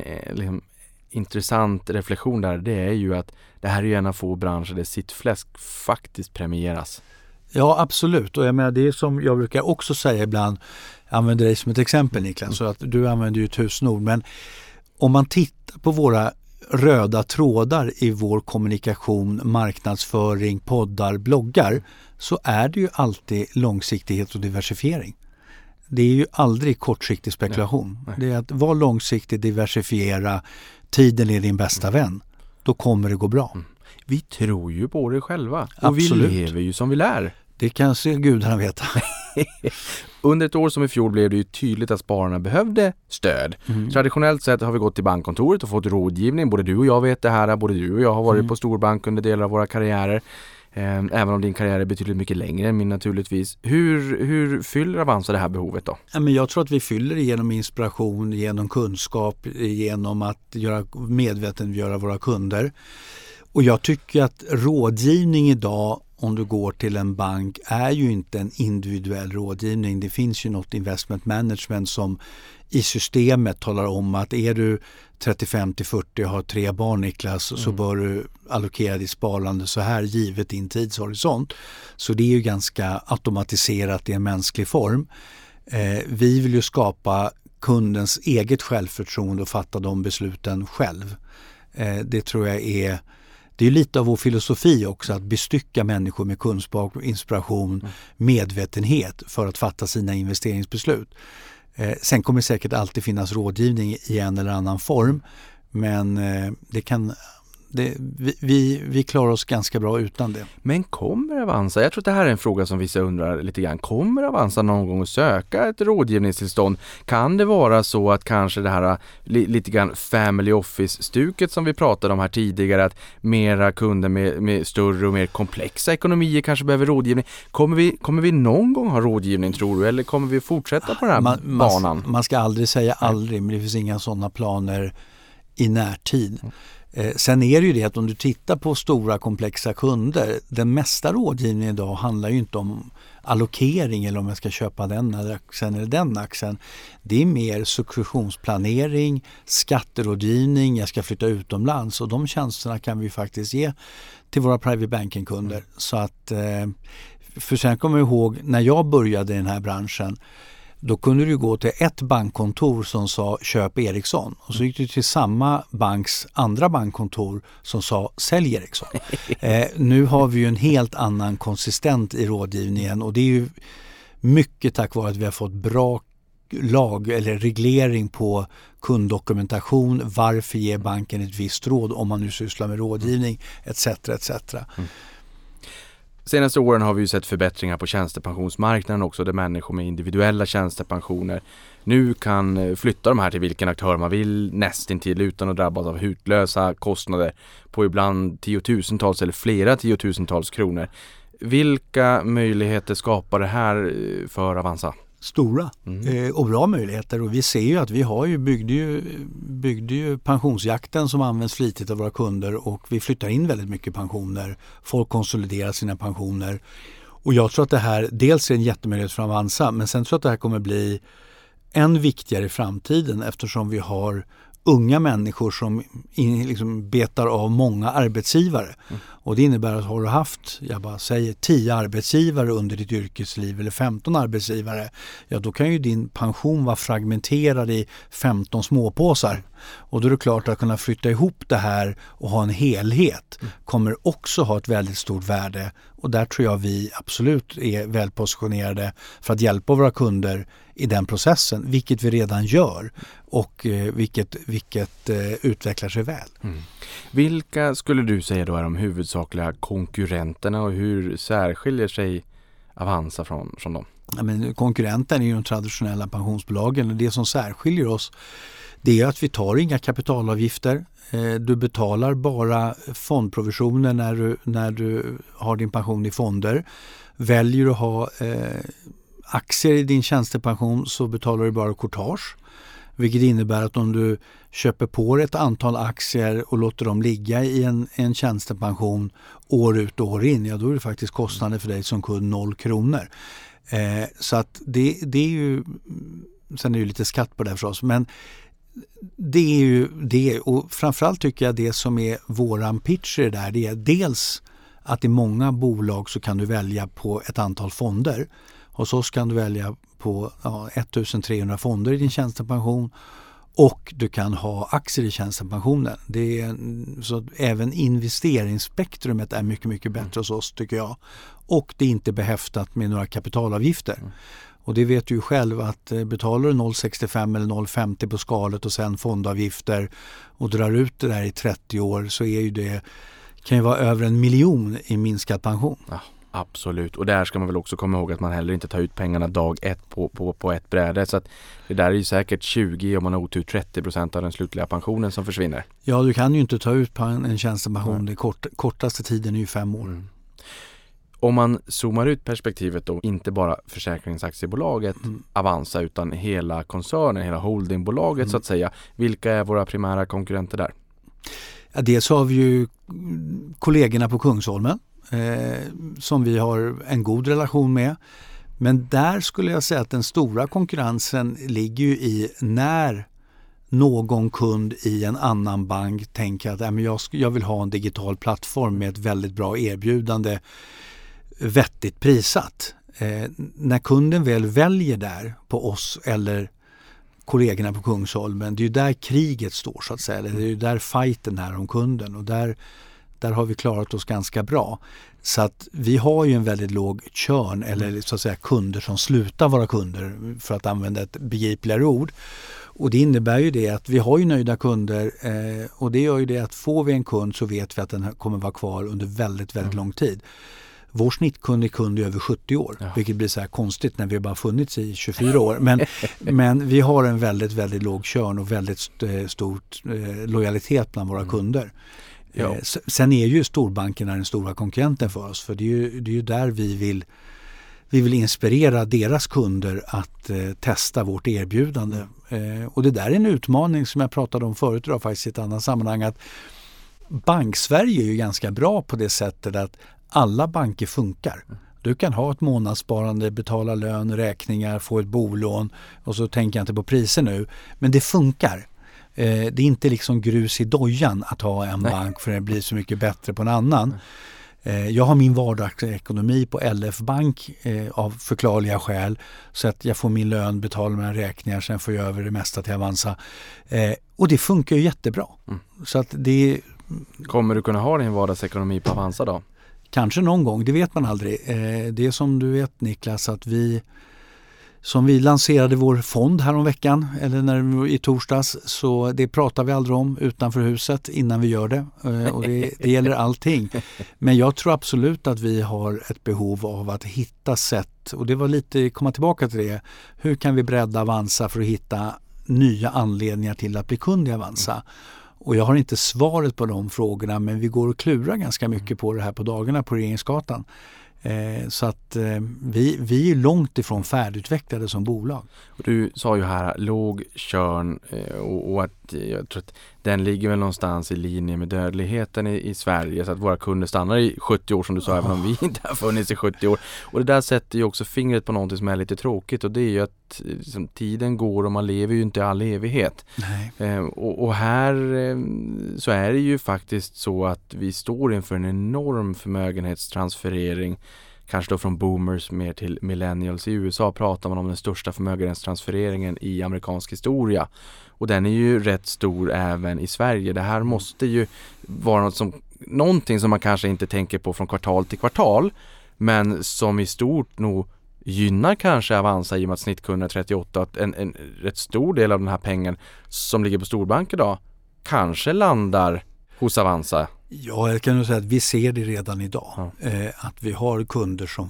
intressant reflektion där, det är ju att det här är ju en av få branscher där sittfläsk faktiskt premieras. Ja, absolut. Och jag menar, det är som jag brukar också säga ibland, jag använder dig som ett exempel, Niklas, så att du använder ju ett husnord. Men om man tittar på våra röda trådar i vår kommunikation, marknadsföring, poddar, bloggar, så är det ju alltid långsiktighet och diversifiering. Det är ju aldrig kortsiktig spekulation. Nej. Det är att vara långsiktig, diversifiera, tiden är din bästa vän. Då kommer det gå bra. Vi tror ju på det själva. Och absolut. Vi lever ju som vi lär. Det kan se gudarna veta. Under ett år som i fjol blev det ju tydligt att spararna behövde stöd. Traditionellt sett har vi gått till bankkontoret och fått rådgivning. Både du och jag vet det här. Både du och jag har varit på storbank under delar av våra karriärer. Även om din karriär är betydligt mycket längre än min naturligtvis. Hur fyller Avanza det här behovet då? Men jag tror att vi fyller det genom inspiration, genom kunskap, genom att medvetandegöra våra kunder. Och jag tycker att rådgivning idag om du går till en bank är ju inte en individuell rådgivning. Det finns ju något investment management som i systemet talar om att är du 35-40 och har 3 barn, Niklas, så bör du allokera ditt sparande så här givet din tidshorisont. Så det är ju ganska automatiserat i en mänsklig form. Vi vill ju skapa kundens eget självförtroende och fatta de besluten själv. Det tror jag det är lite av vår filosofi också, att bestycka människor med kunskap, inspiration, medvetenhet för att fatta sina investeringsbeslut. Sen kommer det säkert alltid finnas rådgivning i en eller annan form, men vi klarar oss ganska bra utan det. Men kommer Avanza, jag tror att det här är en fråga som vissa undrar lite grann, kommer Avanza någon gång att söka ett rådgivningstillstånd? Kan det vara så att kanske det här lite grann family office-stuket som vi pratade om här tidigare, att mera kunder med större och mer komplexa ekonomier kanske behöver rådgivning? Kommer vi någon gång ha rådgivning, tror du, eller kommer vi fortsätta på den här banan? Man ska aldrig säga aldrig, men det finns inga sådana planer i närtid. Sen är det ju det att om du tittar på stora komplexa kunder, den mesta rådgivningen idag handlar ju inte om allokering eller om jag ska köpa den aktien eller den aktien. Det är mer successionsplanering, skatterådgivning, jag ska flytta utomlands, och de tjänsterna kan vi faktiskt ge till våra private banking-kunder. Så att, för sen kommer jag ihåg när jag började i den här branschen, då kunde du gå till ett bankkontor som sa köp Ericsson, och så gick du till samma banks andra bankkontor som sa sälj Ericsson. Nu har vi ju en helt annan konsistent i rådgivningen, och det är ju mycket tack vare att vi har fått bra lag eller reglering på kunddokumentation, varför ger banken ett visst råd om man nu sysslar med rådgivning etc. etc. Senaste åren har vi ju sett förbättringar på tjänstepensionsmarknaden också, där människor med individuella tjänstepensioner nu kan flytta de här till vilken aktör man vill nästintill utan att drabbas av hutlösa kostnader på ibland tiotusentals eller flera tiotusentals kronor. Vilka möjligheter skapar det här för Avanza? Stora och bra möjligheter, och vi ser ju att vi byggde ju pensionsjakten som används flitigt av våra kunder, och vi flyttar in väldigt mycket pensioner. Folk konsoliderar sina pensioner, och jag tror att det här dels är en jättemöjlighet för Avanza, men sen tror jag att det här kommer bli än viktigare i framtiden, eftersom vi har unga människor som liksom betar av många arbetsgivare. Och det innebär att har du haft, jag bara säger 10 arbetsgivare under ditt yrkesliv eller 15 arbetsgivare, ja då kan ju din pension vara fragmenterad i 15 småpåsar. Och då är det klart att kunna flytta ihop det här och ha en helhet kommer också ha ett väldigt stort värde. Och där tror jag vi absolut är välpositionerade för att hjälpa våra kunder i den processen, vilket vi redan gör och vilket utvecklar sig väl. Vilka skulle du säga då är de huvudsakliga konkurrenterna, och hur särskiljer sig Avanza från dem? Ja, men konkurrenten är ju de traditionella pensionsbolagen, och det som särskiljer oss, det är att vi tar inga kapitalavgifter. Du betalar bara fondprovisioner när du har din pension i fonder. Väljer du att ha aktier i din tjänstepension så betalar du bara courtage. Vilket innebär att om du köper på ett antal aktier och låter dem ligga i en tjänstepension år ut och år in, ja då är det faktiskt kostnader för dig som kund 0 kronor. Så att det är ju, sen är det ju lite skatt på det förstås, men det är ju det, och framförallt tycker jag det som är våran pitch i det är dels att i många bolag så kan du välja på ett antal fonder. Hos oss kan du välja på 1300 fonder i din tjänstepension, och du kan ha aktier i tjänstepensionen. Så även investeringsspektrumet är mycket, mycket bättre hos oss tycker jag. Och det är inte behäftat med några kapitalavgifter. Och det vet du ju själv att betalar du 0,65 eller 0,50 på skalet och sen fondavgifter och drar ut det där i 30 år, så är ju det, kan ju vara över 1 miljon i minskad pension. Ja, absolut. Och där ska man väl också komma ihåg att man heller inte tar ut pengarna dag ett på ett bräde. Så att det där är ju säkert 20, om man har otur 30% av den slutliga pensionen som försvinner. Ja, du kan ju inte ta ut en tjänstepension. Det kortaste tiden är ju 5 år. Om man zoomar ut perspektivet då, inte bara försäkringsaktiebolaget Avanza utan hela koncernen, hela holdingbolaget så att säga. Vilka är våra primära konkurrenter där? Ja, dels har vi ju kollegorna på Kungsholmen som vi har en god relation med. Men där skulle jag säga att den stora konkurrensen ligger ju i när någon kund i en annan bank tänker att jag vill ha en digital plattform med ett väldigt bra erbjudande, vettigt prissatt. När kunden väl väljer där på oss eller kollegorna på Kungsholmen, det är ju där kriget står så att säga. Det är ju där fighten är om kunden och där har vi klarat oss ganska bra. Så att vi har ju en väldigt låg churn eller så att säga kunder som slutar vara kunder för att använda ett begripligare ord. Och det innebär ju det att vi har ju nöjda kunder och det gör ju det att får vi en kund så vet vi att den kommer vara kvar under väldigt, väldigt lång tid. Vår snittkund är kund i över 70 år, vilket blir så här konstigt när vi bara funnits i 24 år. Men vi har en väldigt, väldigt låg churn och väldigt stor lojalitet bland våra kunder. Ja. Sen är ju storbankerna den stora konkurrenten för oss, för det är ju där vi vill inspirera deras kunder att testa vårt erbjudande. Och det där är en utmaning som jag pratade om förut då, faktiskt i ett annat sammanhang, att Banksverige är ju ganska bra på det sättet att alla banker funkar. Du kan ha ett månadssparande, betala lön, räkningar, få ett bolån och så tänker jag inte på priser nu. Men det funkar. Det är inte liksom grus i dojan att ha en bank för det blir så mycket bättre på en annan. Jag har min vardagsekonomi på LF Bank av förklarliga skäl så att jag får min lön, betalar mina räkningar, sen får jag över det mesta till Avanza. Och det funkar ju jättebra. Så att det... Kommer du kunna ha din vardagsekonomi på Avanza då? Kanske någon gång, det vet man aldrig. Det är som du vet Niklas att vi lanserade vår fond här om veckan eller i torsdags, så det pratar vi aldrig om utanför huset innan vi gör det. Och det gäller allting. Men jag tror absolut att vi har ett behov av att hitta sätt, och det var lite, komma tillbaka till det, hur kan vi bredda Avanza för att hitta nya anledningar till att bli kund i Avanza? Och jag har inte svaret på de frågorna, men vi går och klurar ganska mycket på det här på dagarna på Regeringsgatan. Så att vi är långt ifrån färdigutvecklade som bolag. Och du sa ju här låg churn och att jag tror att den ligger väl någonstans i linje med dödligheten i Sverige, så att våra kunder stannar i 70 år som du sa, även om vi inte har funnits i 70 år. Och det där sätter ju också fingret på något som är lite tråkigt, och det är ju att liksom, tiden går och man lever ju inte i all evighet. Och här så är det ju faktiskt så att vi står inför en enorm förmögenhetstransferering, kanske då från boomers mer till millennials. I USA pratar man om den största förmögenhetstransfereringen i amerikansk historia. Och den är ju rätt stor även i Sverige. Det här måste ju vara någonting som man kanske inte tänker på från kvartal till kvartal, men som i stort nog gynnar kanske Avanza i och med att snittkunden är 38. Att en rätt stor del av den här pengen som ligger på storbank idag kanske landar hos Avanza. Ja, jag kan nog säga att vi ser det redan idag. Att vi har kunder som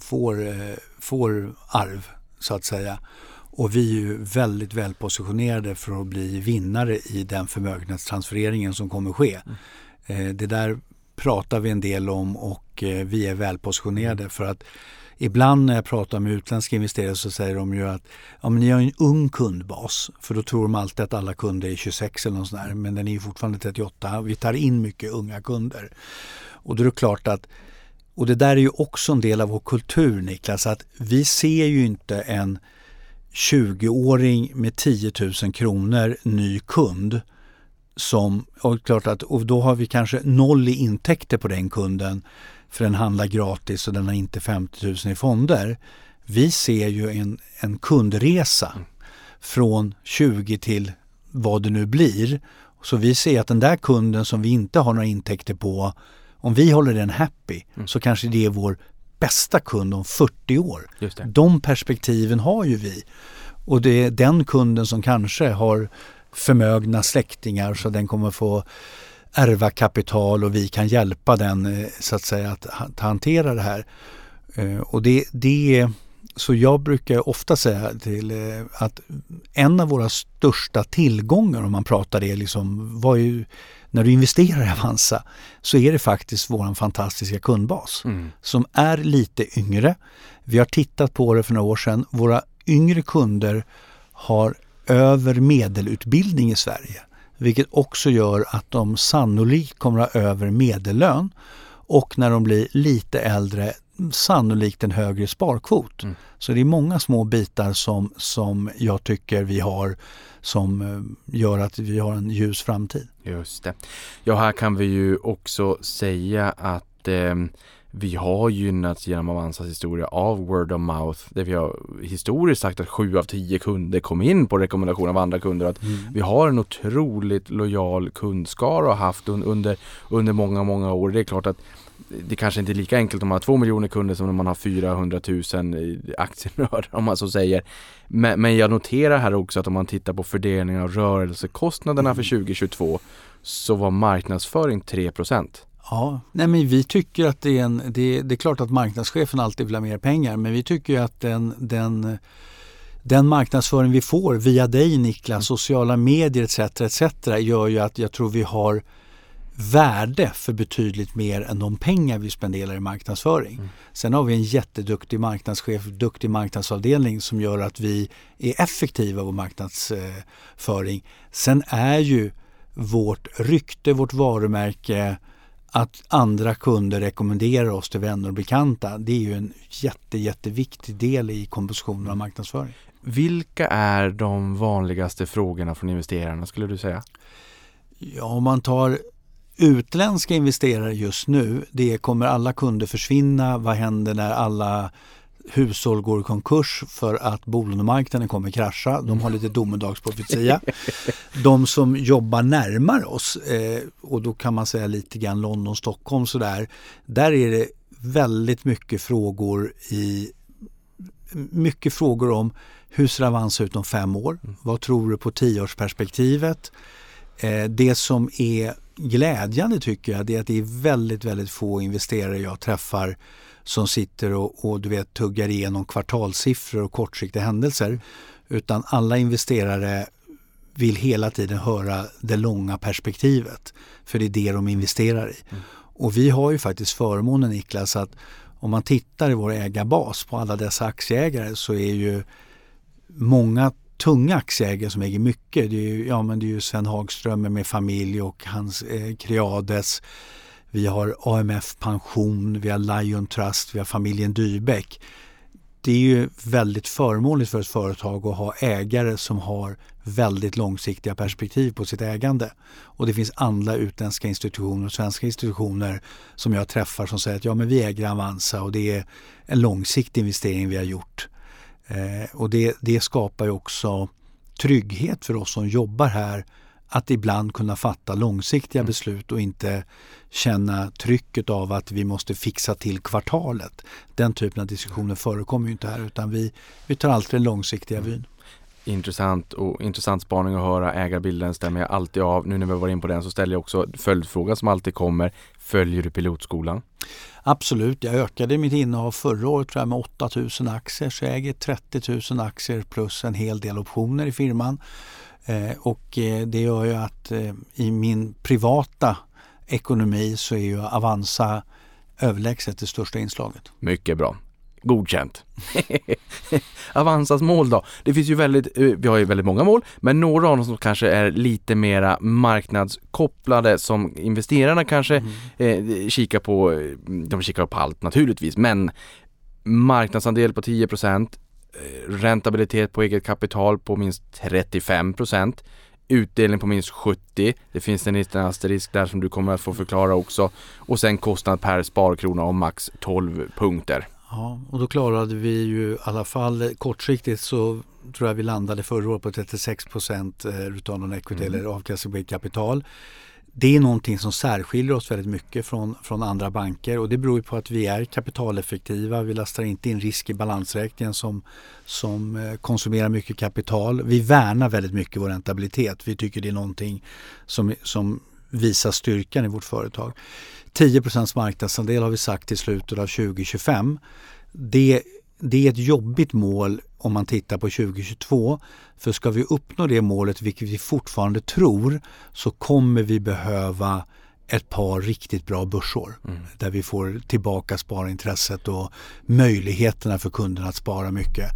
får arv så att säga. Och vi är ju väldigt väl positionerade för att bli vinnare i den förmögenhetstransfereringen som kommer ske. Det där pratar vi en del om och vi är väl positionerade för att ibland när jag pratar med utländska investerare så säger de ju att men ni har en ung kundbas, för då tror de alltid att alla kunder är 26 eller något sånt där, men den är ju fortfarande 38. Vi tar in mycket unga kunder. Och då är det klart att, och det där är ju också en del av vår kultur Niklas, att vi ser ju inte en 20-åring med 10 000 kronor ny kund och klart att, och då har vi kanske 0 i intäkter på den kunden för den handlar gratis och den har inte 50 000 i fonder. Vi ser ju en kundresa från 20 till vad det nu blir. Så vi ser att den där kunden som vi inte har några intäkter på, om vi håller den happy så kanske det är vår bästa kund om 40 år. Just det. De perspektiven har ju vi. Och det är den kunden som kanske har förmögna släktingar så den kommer få ärva kapital och vi kan hjälpa den så att säga att hantera det här. Och det så jag brukar ofta säga till att en av våra största tillgångar, om man pratar det liksom, var ju när du investerar i Avanza, så är det faktiskt våran fantastiska kundbas som är lite yngre. Vi har tittat på det för några år sedan. Våra yngre kunder har över medelutbildning i Sverige, vilket också gör att de sannolikt kommer att ha över medellön. och när de blir lite äldre sannolikt en högre sparkvot. Så det är många små bitar som jag tycker vi har som gör att vi har en ljus framtid. Just det. Ja, här kan vi ju också säga att vi har gynnats genom Avanzas historia av word of mouth. Där vi har historiskt sagt att 7 av 10 kunder kom in på rekommendation av andra kunder. Att vi har en otroligt lojal kundskara och har haft under många, många år. Det är klart att det kanske inte är lika enkelt om man har 2 miljoner kunder som om man har 400 000 aktienördar, om man så säger. Men jag noterar här också att om man tittar på fördelningen av rörelsekostnaderna för 2022 så var marknadsföring 3%. Ja, nej men vi tycker att det är klart att marknadschefen alltid vill ha mer pengar, men vi tycker att den marknadsföring vi får via dig, Niklas, sociala medier etc. gör ju att jag tror vi har värde för betydligt mer än de pengar vi spenderar i marknadsföring. Sen har vi en jätteduktig marknadschef, duktig marknadsavdelning som gör att vi är effektiva på marknadsföring. Sen är ju vårt rykte, vårt varumärke, att andra kunder rekommenderar oss till vänner och bekanta, det är ju en jätteviktig del i kompositionen av marknadsföring. Vilka är de vanligaste frågorna från investerarna, skulle du säga? Ja, om man tar utländska investerare just nu, det kommer alla kunder försvinna. Vad händer när alla hushåll går i konkurs för att bolånemarknaden kommer krascha? De har lite domedagsprofetia. De som jobbar närmare oss, och då kan man säga lite grann London, Stockholm sådär, där är det väldigt mycket frågor om hur ser Avanza ut om 5 år? Vad tror du på 10-årsperspektivet? Det som är glädjande tycker jag, det är att det är väldigt få investerare jag träffar som sitter och du vet tuggar igenom kvartalssiffror och kortsiktiga händelser, utan alla investerare vill hela tiden höra det långa perspektivet, för det är det de investerar i. Och vi har ju faktiskt förmånen, Niklas, att om man tittar i vår ägarbas på alla dessa aktieägare så är ju många tunga aktieägare som äger mycket. Det är ju Sven Hagström med familj och hans Creades. Vi har AMF Pension, vi har Lion Trust, vi har familjen Dybeck. Det är ju väldigt förmånligt för ett företag att ha ägare som har väldigt långsiktiga perspektiv på sitt ägande. Och det finns andra utländska institutioner och svenska institutioner som jag träffar som säger att men vi äger Avanza och det är en långsiktig investering vi har gjort. Och det skapar ju också trygghet för oss som jobbar här att ibland kunna fatta långsiktiga beslut och inte känna trycket av att vi måste fixa till kvartalet. Den typen av diskussioner förekommer ju inte här, utan vi tar alltid den långsiktiga vyn. Intressant spaning att höra. Ägarbilden stämmer jag alltid av. Nu när vi var in på den så ställer jag också följdfråga som alltid kommer. Följer du pilotskolan? Absolut. Jag ökade mitt innehav förra året tror jag med 8 000 aktier. Så jag äger 30 000 aktier plus en hel del optioner i firman. Och det gör ju att i min privata ekonomi så är ju Avanza överlägset det största inslaget. Mycket bra. Godkänt. Avanzas mål då? Det finns ju vi har ju väldigt många mål, men några av dem som kanske är lite mera marknadskopplade som investerarna kanske kikar på. De kikar på allt naturligtvis, men marknadsandel på 10%, rentabilitet på eget kapital på minst 35%, utdelning på minst 70%. Det finns en liten asterisk där som du kommer att få förklara också. Och sen kostnad per sparkrona om max 12 punkter. Ja, och då klarade vi ju i alla fall kortsiktigt så tror jag vi landade förra året på 36% return on equity eller avkastning på kapital. Det är någonting som särskiljer oss väldigt mycket från andra banker, och det beror ju på att vi är kapitaleffektiva. Vi lastar inte in risk i balansräkningen som konsumerar mycket kapital. Vi värnar väldigt mycket vår rentabilitet. Vi tycker det är någonting som visar styrkan i vårt företag. 10% marknadsandel har vi sagt till slutet av 2025. Det är ett jobbigt mål om man tittar på 2022. För ska vi uppnå det målet, vilket vi fortfarande tror, så kommer vi behöva ett par riktigt bra börsår. Där vi får tillbaka sparintresset och möjligheterna för kunderna att spara mycket.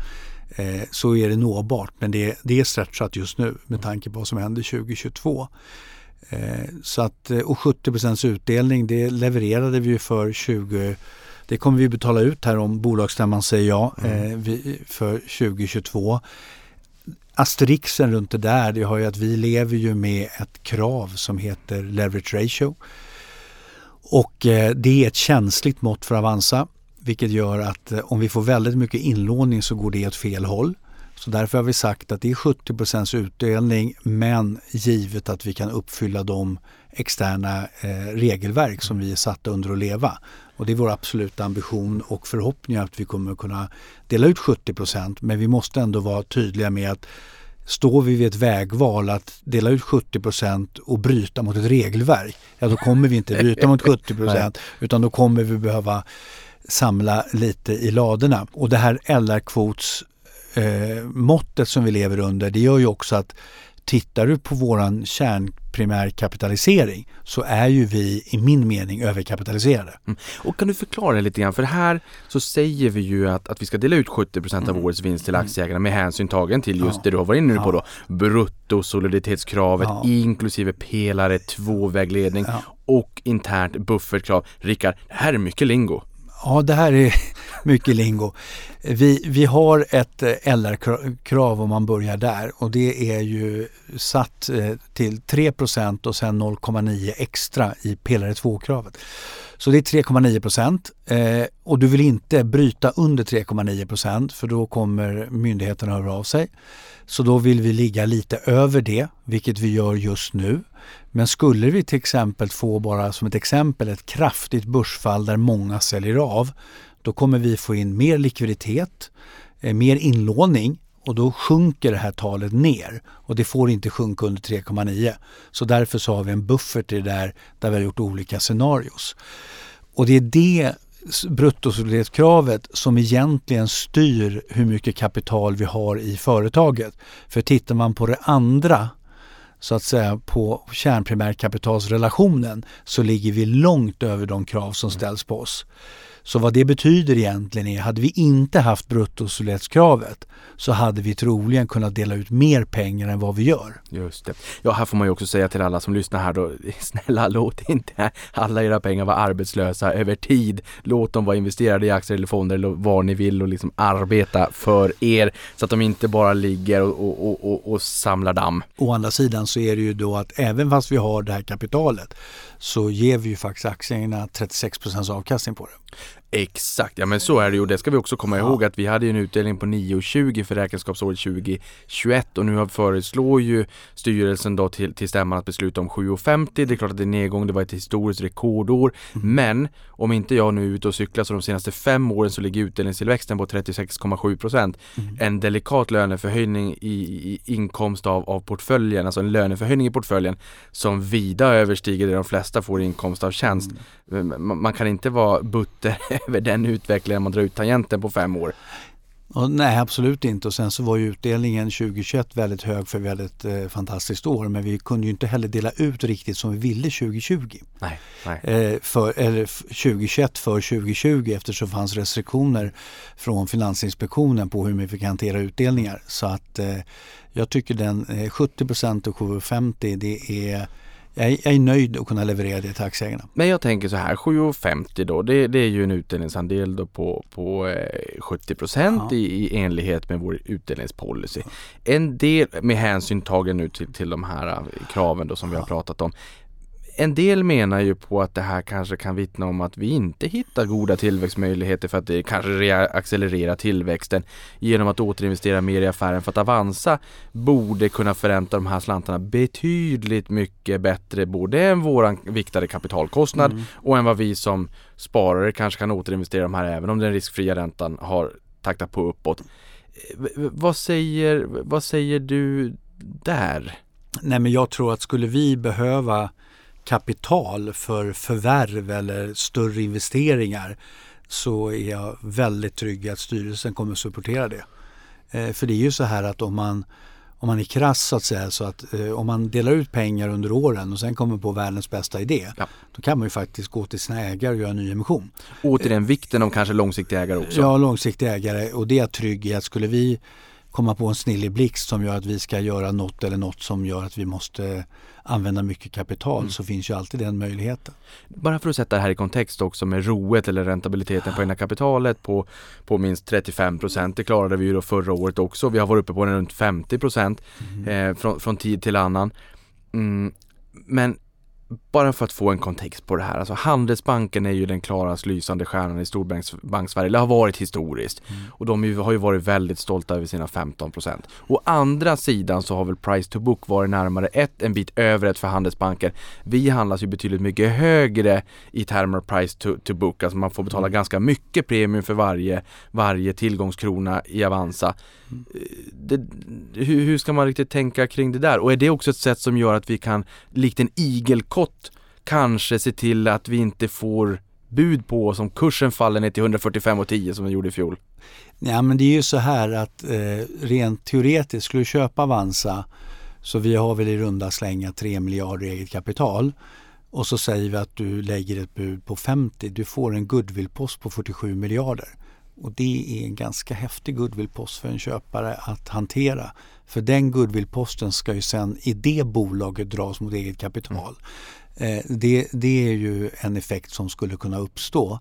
Så är det nåbart, men det är stretchat just nu med tanke på vad som händer 2022. Så att, och 70% utdelning, det levererade vi ju för 20. Det kommer vi betala ut här om bolagsstämman säger ja för 2022. Asterixen runt det där, det har ju att vi lever ju med ett krav som heter leverage ratio. Och det är ett känsligt mått för Avanza, vilket gör att om vi får väldigt mycket inlåning så går det åt fel håll. Så därför har vi sagt att det är 70% utdelning, men givet att vi kan uppfylla de externa regelverk som vi är satta under att leva. Och det är vår absoluta ambition och förhoppning att vi kommer kunna dela ut 70%, men vi måste ändå vara tydliga med att står vi vid ett vägval att dela ut 70% och bryta mot ett regelverk, ja då kommer vi inte bryta mot 70% utan då kommer vi behöva samla lite i ladorna. Och det här LR-kvots måttet som vi lever under, det gör ju också att tittar du på våran kärnprimärkapitalisering så är ju vi i min mening överkapitaliserade. Och kan du förklara lite grann, för här så säger vi ju att vi ska dela ut 70% av årets vinst till aktieägarna med hänsyn tagen till just det du har varit inne på då, bruttosoliditetskravet inklusive pelare 2-vägledning och internt buffertkrav. Rickard, det här är mycket lingo. Ja, det här är mycket lingo. Vi har ett LR-krav om man börjar där och det är ju satt till 3% och sen 0,9 extra i pelare 2-kravet. Så det är 3,9% och du vill inte bryta under 3,9% för då kommer myndigheterna höra av sig. Så då vill vi ligga lite över det, vilket vi gör just nu. Men skulle vi till exempel få, bara som ett exempel, ett kraftigt börsfall där många säljer av, då kommer vi få in mer likviditet, mer inlåning och då sjunker det här talet ner och det får inte sjunka under 3,9. Så därför så har vi en buffert i det där vi har gjort olika scenarios. Och det är det bruttosoliditetskravet som egentligen styr hur mycket kapital vi har i företaget. För tittar man på det andra, så att säga på kärnprimärkapitalsrelationen, så ligger vi långt över de krav som ställs på oss. Så vad det betyder egentligen är, hade vi inte haft bruttosoliditetskravet så hade vi troligen kunnat dela ut mer pengar än vad vi gör. Just det. Ja, här får man ju också säga till alla som lyssnar här då, snälla låt inte alla era pengar vara arbetslösa över tid. Låt dem vara investerade i aktier eller fonder eller vad ni vill och liksom arbeta för er så att de inte bara ligger och samlar damm. Å andra sidan så är det ju då att även fast vi har det här kapitalet så ger vi ju faktiskt aktierna 36% avkastning på det. Exakt, ja men så är det ju. Det ska vi också komma ihåg att vi hade ju en utdelning på 9,20 för räkenskapsåret 2021 och nu föreslår ju styrelsen då till stämman att besluta om 7,50. Det är klart att det är nedgång, det var ett historiskt rekordår, men om inte jag nu är ute och cyklar så de senaste 5 åren så ligger utdelningstillväxten på 36,7%. En delikat löneförhöjning i inkomst av portföljen, alltså en löneförhöjning i portföljen som vida överstiger det de flesta får i inkomst av tjänst. Man kan inte vara butter över den utvecklingen man drar ut tangenten på 5 år. Och nej, absolut inte. Och sen så var ju utdelningen 2021 väldigt hög för väldigt fantastiskt år. Men vi kunde ju inte heller dela ut riktigt som vi ville 2020. Nej. Eller 2021 för 2020 eftersom det fanns restriktioner från Finansinspektionen på hur man fick hantera utdelningar. Så att jag tycker den 70% och 7,50 det är... Jag är nöjd att kunna leverera det till aktieägarna. Men jag tänker så här, 7,50 då, det är ju en utdelningsandel då på 70% i enlighet med vår utdelningspolicy. En del med hänsyn tagen nu till de här kraven då som vi har pratat om. En del menar ju på att det här kanske kan vittna om att vi inte hittar goda tillväxtmöjligheter för att det kanske accelererar tillväxten genom att återinvestera mer i affären, för att Avanza borde kunna förränta de här slantarna betydligt mycket bättre både än våran viktade kapitalkostnad och än vad vi som sparare kanske kan återinvestera de här även om den riskfria räntan har taktat på uppåt. Vad säger du där? Nej, men jag tror att skulle vi behöva kapital för förvärv eller större investeringar så är jag väldigt trygg att styrelsen kommer att supportera det. För det är ju så här att om man är krass så att säga, så att om man delar ut pengar under åren och sen kommer på världens bästa idé, då kan man ju faktiskt gå till sina ägare och göra en ny emission. Återigen vikten om kanske långsiktiga ägare också. Ja, långsiktiga ägare, och det är trygg i att skulle vi komma på en snillig blixt som gör att vi ska göra något som gör att vi måste använda mycket kapital, så finns ju alltid den möjligheten. Bara för att sätta det här i kontext också med roet eller rentabiliteten på egna kapitalet på minst 35%. Det klarade vi ju då förra året också. Vi har varit uppe på runt 50% från tid till annan. Men bara för att få en kontext på det här. Alltså Handelsbanken är ju den klarast lysande stjärnan i storbank-Sverige. Det har varit historiskt. Och de har ju varit väldigt stolta över sina 15%. Å andra sidan så har väl price to book varit närmare en bit över ett för Handelsbanken. Vi handlas ju betydligt mycket högre i termer price to book. Alltså man får betala ganska mycket premium för varje tillgångskrona i Avanza. Hur ska man riktigt tänka kring det där? Och är det också ett sätt som gör att vi kan, likt en igelkott, kanske se till att vi inte får bud på oss om kursen faller ner till 145,10 som vi gjorde i fjol? Ja, men det är ju så här att rent teoretiskt skulle du köpa Avanza, så vi har väl i runda slänga 3 miljarder eget kapital, och så säger vi att du lägger ett bud på 50, du får en goodwill-post på 47 miljarder. Och det är en ganska häftig goodwill-post för en köpare att hantera. För den goodwill-posten ska ju sen i det bolaget dras mot eget kapital. Det är ju en effekt som skulle kunna uppstå.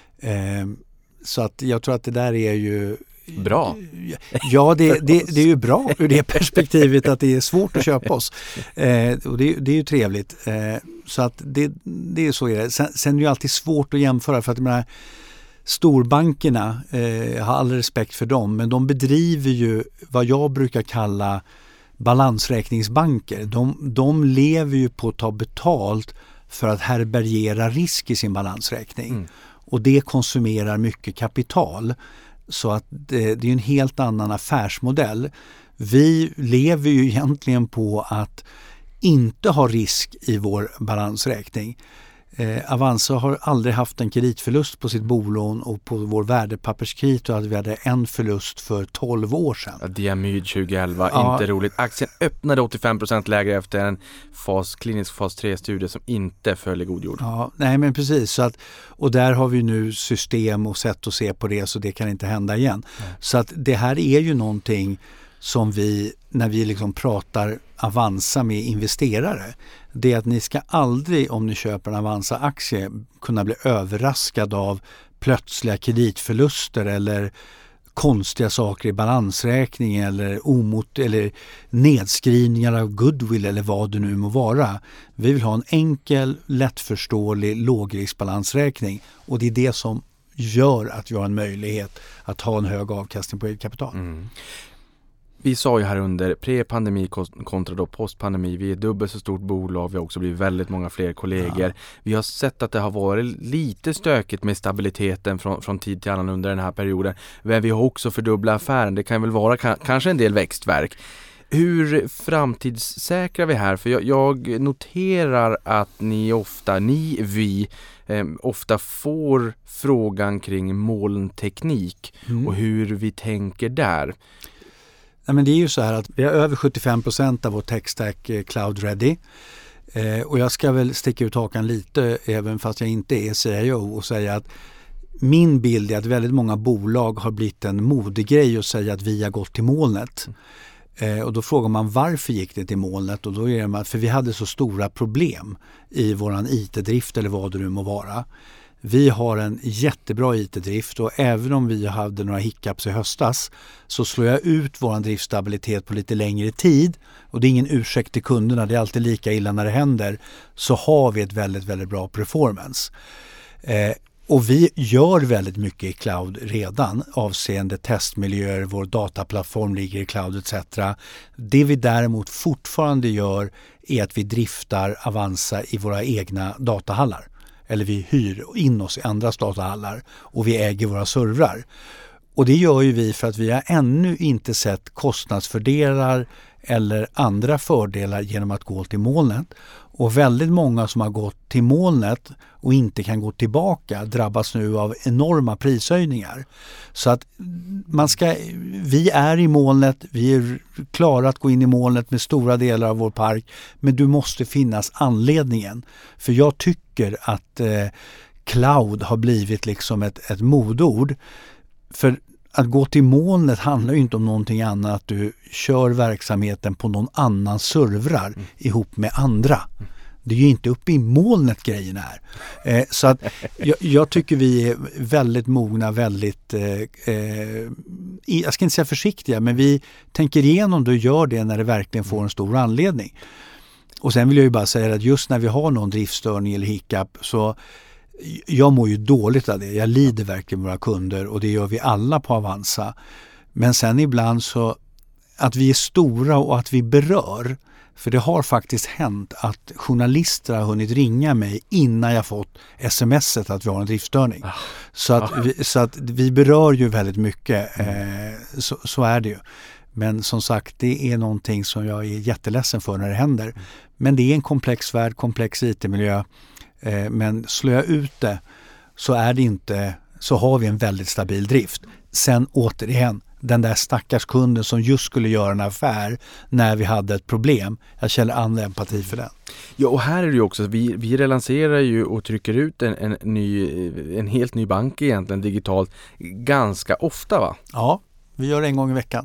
Så att jag tror att det där är ju... Bra. Ja, det är ju bra ur det perspektivet att det är svårt att köpa oss. Och det är ju trevligt. Så att det är så är det. Sen är det ju alltid svårt att jämföra, för att jag menar, storbankerna, jag har all respekt för dem, men de bedriver ju vad jag brukar kalla balansräkningsbanker. De lever ju på att ta betalt för att härbärgera risk i sin balansräkning. Och det konsumerar mycket kapital. Så att det är en helt annan affärsmodell. Vi lever ju egentligen på att inte ha risk i vår balansräkning. Avanza har aldrig haft en kreditförlust på sitt bolån, och på vår värdepapperskredit hade vi hade en förlust för 12 år sedan. Ja, Diamyd 2011, inte roligt. Aktien öppnade 85% lägre efter en klinisk fas 3-studie som inte föll i god jord. Ja, nej men precis. Så att, och där har vi nu system och sätt att se på det, så det kan inte hända igen. Så att det här är ju någonting som vi, när vi liksom pratar Avanza med investerare, det är att ni ska aldrig, om ni köper en Avanza-aktie, kunna bli överraskad av plötsliga kreditförluster eller konstiga saker i balansräkningen eller nedskrivningar av goodwill eller vad det nu må vara. Vi vill ha en enkel, lättförståelig, lågriskbalansräkning, och det är det som gör att vi har en möjlighet att ha en hög avkastning på eget kapital. Vi sa ju här under pre-pandemi kontra då post-pandemi, vi är ett dubbelt så stort bolag, vi har också blivit väldigt många fler kollegor. Ja. Vi har sett att det har varit lite stökigt med stabiliteten från tid till annan under den här perioden. Men vi har också fördubblat affären, det kan väl vara kanske en del växtverk. Hur framtidssäkrar vi här? För jag noterar att vi ofta får frågan kring molnteknik och hur vi tänker där. Ja, men det är ju så här att vi har över 75% av vår tech-stack cloud ready. Och jag ska väl sticka ut hakan lite, även fast jag inte är CIO, och säga att min bild är att väldigt många bolag har blivit en modegrej att säga att vi har gått till molnet. Och då frågar man, varför gick det till molnet? Och då är det för vi hade så stora problem i våran IT-drift eller vad det nu må vara. Vi har en jättebra IT-drift, och även om vi hade några hiccups i höstas så slår jag ut vår driftstabilitet på lite längre tid, och det är ingen ursäkt till kunderna, det är alltid lika illa när det händer, så har vi ett väldigt, väldigt bra performance. Och vi gör väldigt mycket i cloud redan avseende testmiljöer, vår dataplattform ligger i cloud etc. Det vi däremot fortfarande gör är att vi driftar Avanza i våra egna datahallar. Eller vi hyr in oss i andras datahallar, och vi äger våra servrar. Och det gör ju vi för att vi har ännu inte sett kostnadsfördelar eller andra fördelar genom att gå till molnet. Och väldigt många som har gått till molnet och inte kan gå tillbaka drabbas nu av enorma prishöjningar. Så att vi är i molnet, vi är klara att gå in i molnet med stora delar av vår park, men du måste finnas anledningen. För jag tycker att cloud har blivit liksom ett modord. För att gå till molnet handlar ju inte om någonting annat, att du kör verksamheten på någon annans servrar ihop med andra. Det är ju inte uppe i molnet grejerna är. Så att jag tycker vi är väldigt mogna, väldigt, jag ska inte säga försiktiga, men vi tänker igenom det och gör det när det verkligen får en stor anledning. Och sen vill jag ju bara säga att just när vi har någon driftstörning eller hiccup, så jag mår ju dåligt av det. Jag lider verkligen våra kunder, och det gör vi alla på Avanza. Men sen ibland så att vi är stora och att vi berör. För det har faktiskt hänt att journalister har hunnit ringa mig innan jag fått sms:et att vi har en driftstörning. Så att vi berör ju väldigt mycket. Så är det ju. Men som sagt, det är någonting som jag är jätteledsen för när det händer. Men det är en komplex värld, komplex IT-miljö. Men slår jag ut det så är det inte, så har vi en väldigt stabil drift. Sen återigen, den där stackars kunden som just skulle göra en affär när vi hade ett problem. Jag känner andra empati för den. Ja, och här är det ju också, vi relanserar ju och trycker ut en helt ny bank egentligen digitalt ganska ofta, va? Ja, vi gör det en gång i veckan.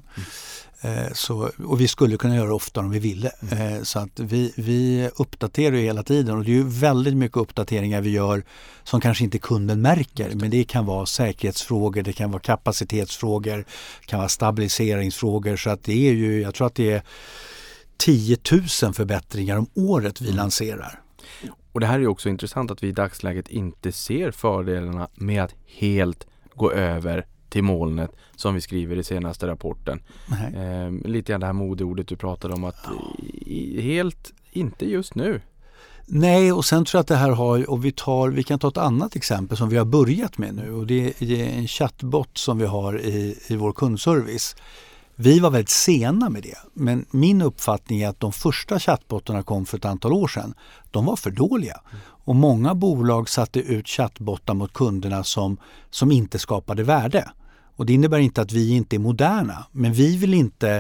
Och vi skulle kunna göra det ofta om vi ville. Så att vi uppdaterar ju hela tiden, och det är ju väldigt mycket uppdateringar vi gör som kanske inte kunden märker, men det kan vara säkerhetsfrågor, det kan vara kapacitetsfrågor, det kan vara stabiliseringsfrågor, så att det är ju, jag tror att det är 10 000 förbättringar om året vi lanserar. Och det här är ju också intressant att vi i dagsläget inte ser fördelarna med att helt gå över till molnet, som vi skriver i senaste rapporten. Lite grann det här modeordet du pratade om, att helt inte just nu. Nej, och sen tror jag att det här har, och vi kan ta ett annat exempel som vi har börjat med nu, och det är en chattbot som vi har i vår kundservice. Vi var väldigt sena med det, men min uppfattning är att de första chattbottarna kom för ett antal år sedan. De var för dåliga, och många bolag satte ut chattbottar mot kunderna som inte skapade värde. Och det innebär inte att vi inte är moderna, men vi vill inte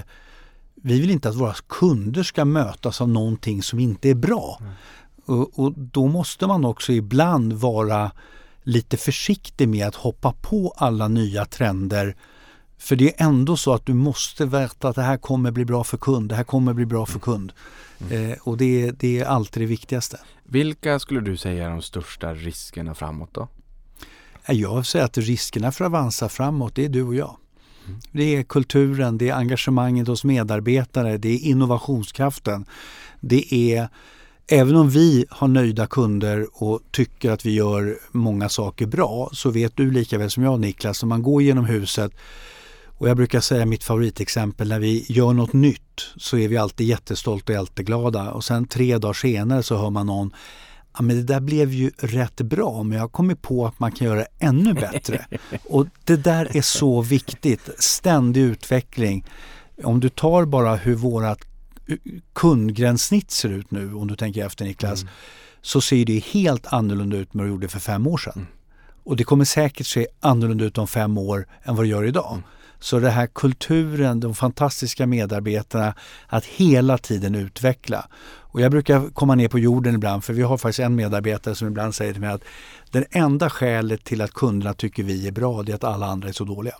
att våra kunder ska mötas av någonting som inte är bra. Och då måste man också ibland vara lite försiktig med att hoppa på alla nya trender. För det är ändå så att du måste veta att det här kommer bli bra för kund, det här kommer bli bra för kund. Och det är alltid det viktigaste. Vilka skulle du säga är de största riskerna framåt då? Jag säger att riskerna för Avanza framåt, det är du och jag. Det är kulturen, det är engagemanget hos medarbetare, det är innovationskraften. Det är, även om vi har nöjda kunder och tycker att vi gör många saker bra, så vet du lika väl som jag, Niklas, om man går genom huset, och jag brukar säga mitt favoritexempel, när vi gör något nytt så är vi alltid jättestolta och jätteglada, och sen 3 dagar senare så hör man någon: ja, men det där blev ju rätt bra, men jag har kommit på att man kan göra det ännu bättre. Och det där är så viktigt, ständig utveckling. Om du tar bara hur vårat kundgränssnitt ser ut nu, om du tänker efter, Niklas, så ser det helt annorlunda ut än vad det gjorde för 5 år sedan. Och det kommer säkert se annorlunda ut om 5 år än vad det gör idag. Så det här kulturen, de fantastiska medarbetarna, att hela tiden utveckla. Och jag brukar komma ner på jorden ibland, för vi har faktiskt en medarbetare som ibland säger till mig att det enda skälet till att kunderna tycker vi är bra, det är att alla andra är så dåliga.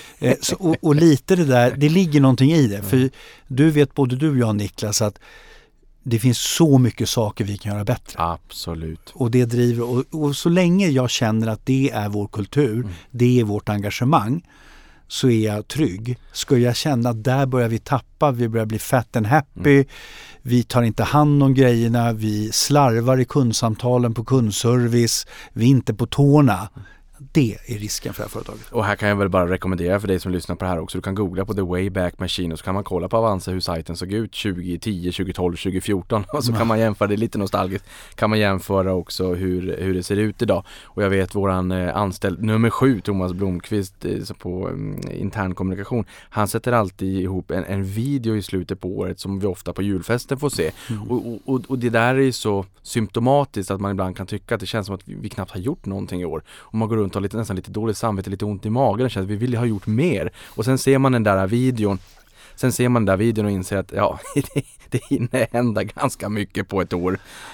Och lite det där, det ligger någonting i det. För du vet, både du och jag, Niklas, att det finns så mycket saker vi kan göra bättre. Absolut. Och det driver, och så länge jag känner att det är vår kultur, det är vårt engagemang, så är jag trygg. Ska jag känna att där börjar vi tappa, vi börjar bli fat and happy, vi tar inte hand om grejerna, vi slarvar i kundsamtalen på kundservice, vi är inte på tårna. Det är risken för det här företaget. Och här kan jag väl bara rekommendera för dig som lyssnar på det här också. Du kan googla på The Wayback Machine, och så kan man kolla på Avanza hur sajten såg ut 2010, 2012, 2014. Och så kan man jämföra, det lite nostalgiskt, kan man jämföra också hur det ser ut idag. Och jag vet våran anställd nummer 7, Thomas Blomqvist, på intern kommunikation, han sätter alltid ihop en video i slutet på året som vi ofta på julfesten får se. Och det där är så symptomatiskt att man ibland kan tycka att det känns som att vi knappt har gjort någonting i år. Och man går runt och har nästan lite dåligt samvete, lite ont i magen, och känner att vi vill ha gjort mer. Och sen ser man den där videon och inser att ja, det hinner hända ganska mycket på ett år.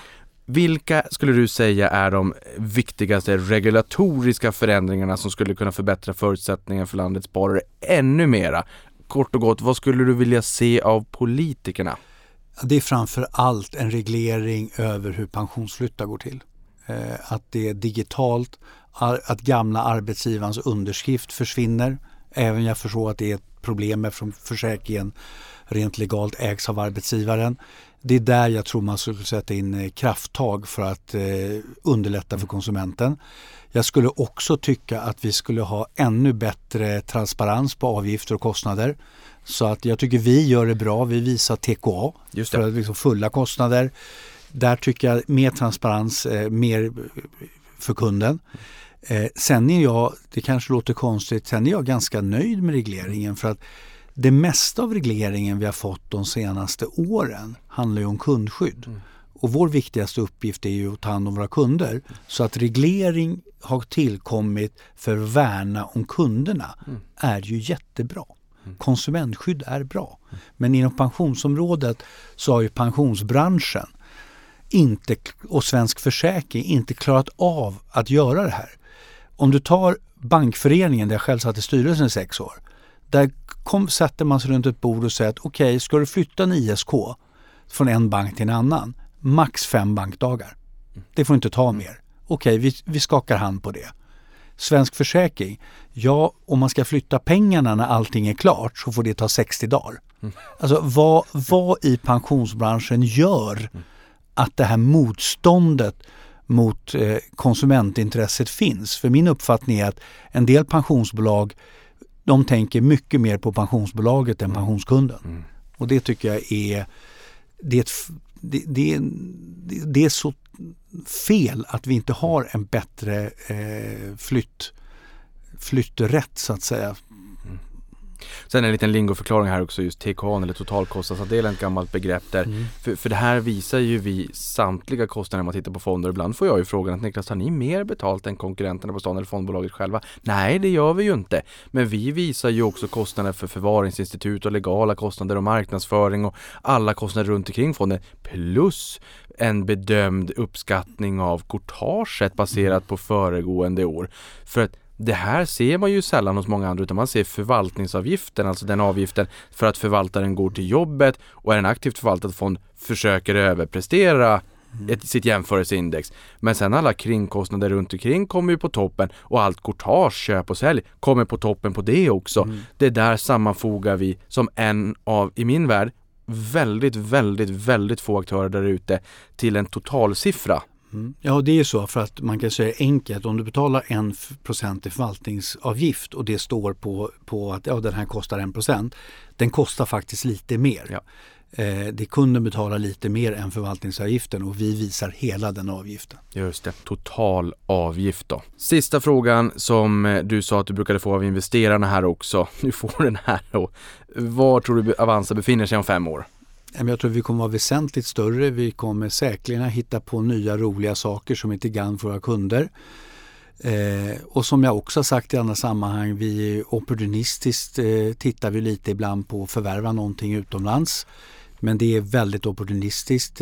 Vilka skulle du säga är de viktigaste regulatoriska förändringarna som skulle kunna förbättra förutsättningarna för landets sparare ännu mera? Kort och gott, vad skulle du vilja se av politikerna? Det är framför allt en reglering över hur pensionsflyttar går till. Att det är digitalt, att gamla arbetsgivarens underskrift försvinner. Även jag förstår att det är ett problem eftersom försäkringen rent legalt ägs av arbetsgivaren. Det är där jag tror man skulle sätta in krafttag för att underlätta för konsumenten. Jag skulle också tycka att vi skulle ha ännu bättre transparens på avgifter och kostnader. Så att jag tycker vi gör det bra. Vi visar TKA för att liksom fulla kostnader. Där tycker jag mer transparens, mer för kunden. Sen är jag, det kanske låter konstigt, sen är jag ganska nöjd med regleringen för att det mesta av regleringen vi har fått de senaste åren handlar ju om kundskydd. Och vår viktigaste uppgift är ju att ta hand om våra kunder. Så att reglering har tillkommit för att värna om kunderna är ju jättebra. Konsumentskydd är bra. Men inom pensionsområdet så har ju pensionsbranschen och Svensk Försäkring inte klarat av att göra det här. Om du tar Bankföreningen där jag själv satt i styrelsen i 6 år. Där sätter man sig runt ett bord och säger att okej, ska du flytta en ISK från en bank till en annan, max 5 bankdagar. Det får inte ta mer. Okej, vi skakar hand på det. Svensk Försäkring, ja, om man ska flytta pengarna när allting är klart så får det ta 60 dagar. Alltså vad i pensionsbranschen gör att det här motståndet mot konsumentintresset finns? För min uppfattning är att en del pensionsbolag, de tänker mycket mer på pensionsbolaget än pensionskunden. Och det tycker jag det är så fel att vi inte har en bättre flytträtt så att säga. Sen en liten lingoförklaring här också, just TKA eller totalkostnadsandelen, ett gammalt begrepp där. För det här visar ju vi samtliga kostnader när man tittar på fonder. Ibland får jag ju frågan att Niklas, har ni mer betalt än konkurrenterna på stan eller fondbolaget själva? Nej, det gör vi ju inte. Men vi visar ju också kostnader för förvaringsinstitut och legala kostnader och marknadsföring och alla kostnader runt omkring fonden. Plus en bedömd uppskattning av courtaget baserat på föregående år. För att det här ser man ju sällan hos många andra, utan man ser förvaltningsavgiften, alltså den avgiften för att förvaltaren går till jobbet och är en aktivt förvaltad fond försöker överprestera sitt jämförelseindex. Men sen alla kringkostnader runt omkring kommer ju på toppen och allt courtage, köp och sälj kommer på toppen på det också. Det där sammanfogar vi som en av, i min värld, väldigt, väldigt, väldigt få aktörer där ute till en totalsiffra. Ja, det är så, för att man kan säga enkelt, om du betalar 1% i förvaltningsavgift och det står på att den här kostar 1%, den kostar faktiskt lite mer. Ja. Det kunden betalar lite mer än förvaltningsavgiften och vi visar hela den avgiften. Just det, total avgift då. Sista frågan som du sa att du brukade få av investerarna här också. Nu får den här då. Var tror du Avanza befinner sig om 5 år? Jag tror vi kommer vara väsentligt större. Vi kommer säkerligen att hitta på nya roliga saker som är till gagn för våra kunder. Och som jag också har sagt i andra sammanhang, vi opportunistiskt tittar vi lite ibland på att förvärva någonting utomlands. Men det är väldigt opportunistiskt.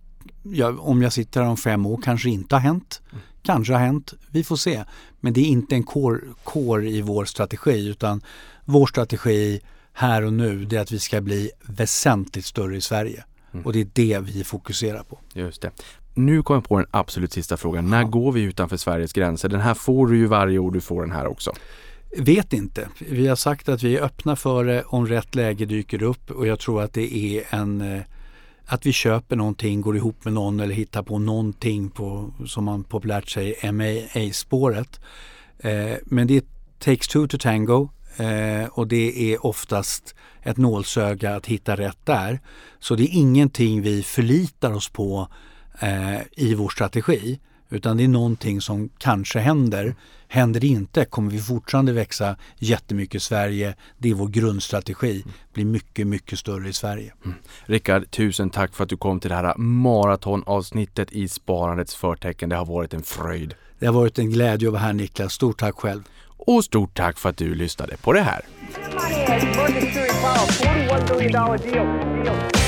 Om jag sitter här om 5 år kanske inte har hänt. Kanske har hänt, vi får se. Men det är inte en core i vår strategi, utan vår strategi här och nu, det är att vi ska bli väsentligt större i Sverige. Och det är det vi fokuserar på. Just det. Nu kommer jag på den absolut sista frågan. När går vi utanför Sveriges gränser? Den här får du ju varje år, du får den här också. Vet inte. Vi har sagt att vi är öppna för det om rätt läge dyker upp, och jag tror att det är att vi köper någonting, går ihop med någon eller hittar på någonting på, som man populärt säger, M&A-spåret. Men det takes two to tango. Och det är oftast ett nålsöga att hitta rätt där. Så det är ingenting vi förlitar oss på i vår strategi, utan det är någonting som kanske händer. Händer det inte kommer vi fortfarande växa jättemycket i Sverige. Det är vår grundstrategi. Blir mycket, mycket större i Sverige. Rickard, tusen tack för att du kom till det här maratonavsnittet i Sparandets förtecken. Det har varit en fröjd. Det har varit en glädje att vara här, Niklas. Stort tack själv. Och stort tack för att du lyssnade på det här. Money has Berkshire Power, $41 billion deal.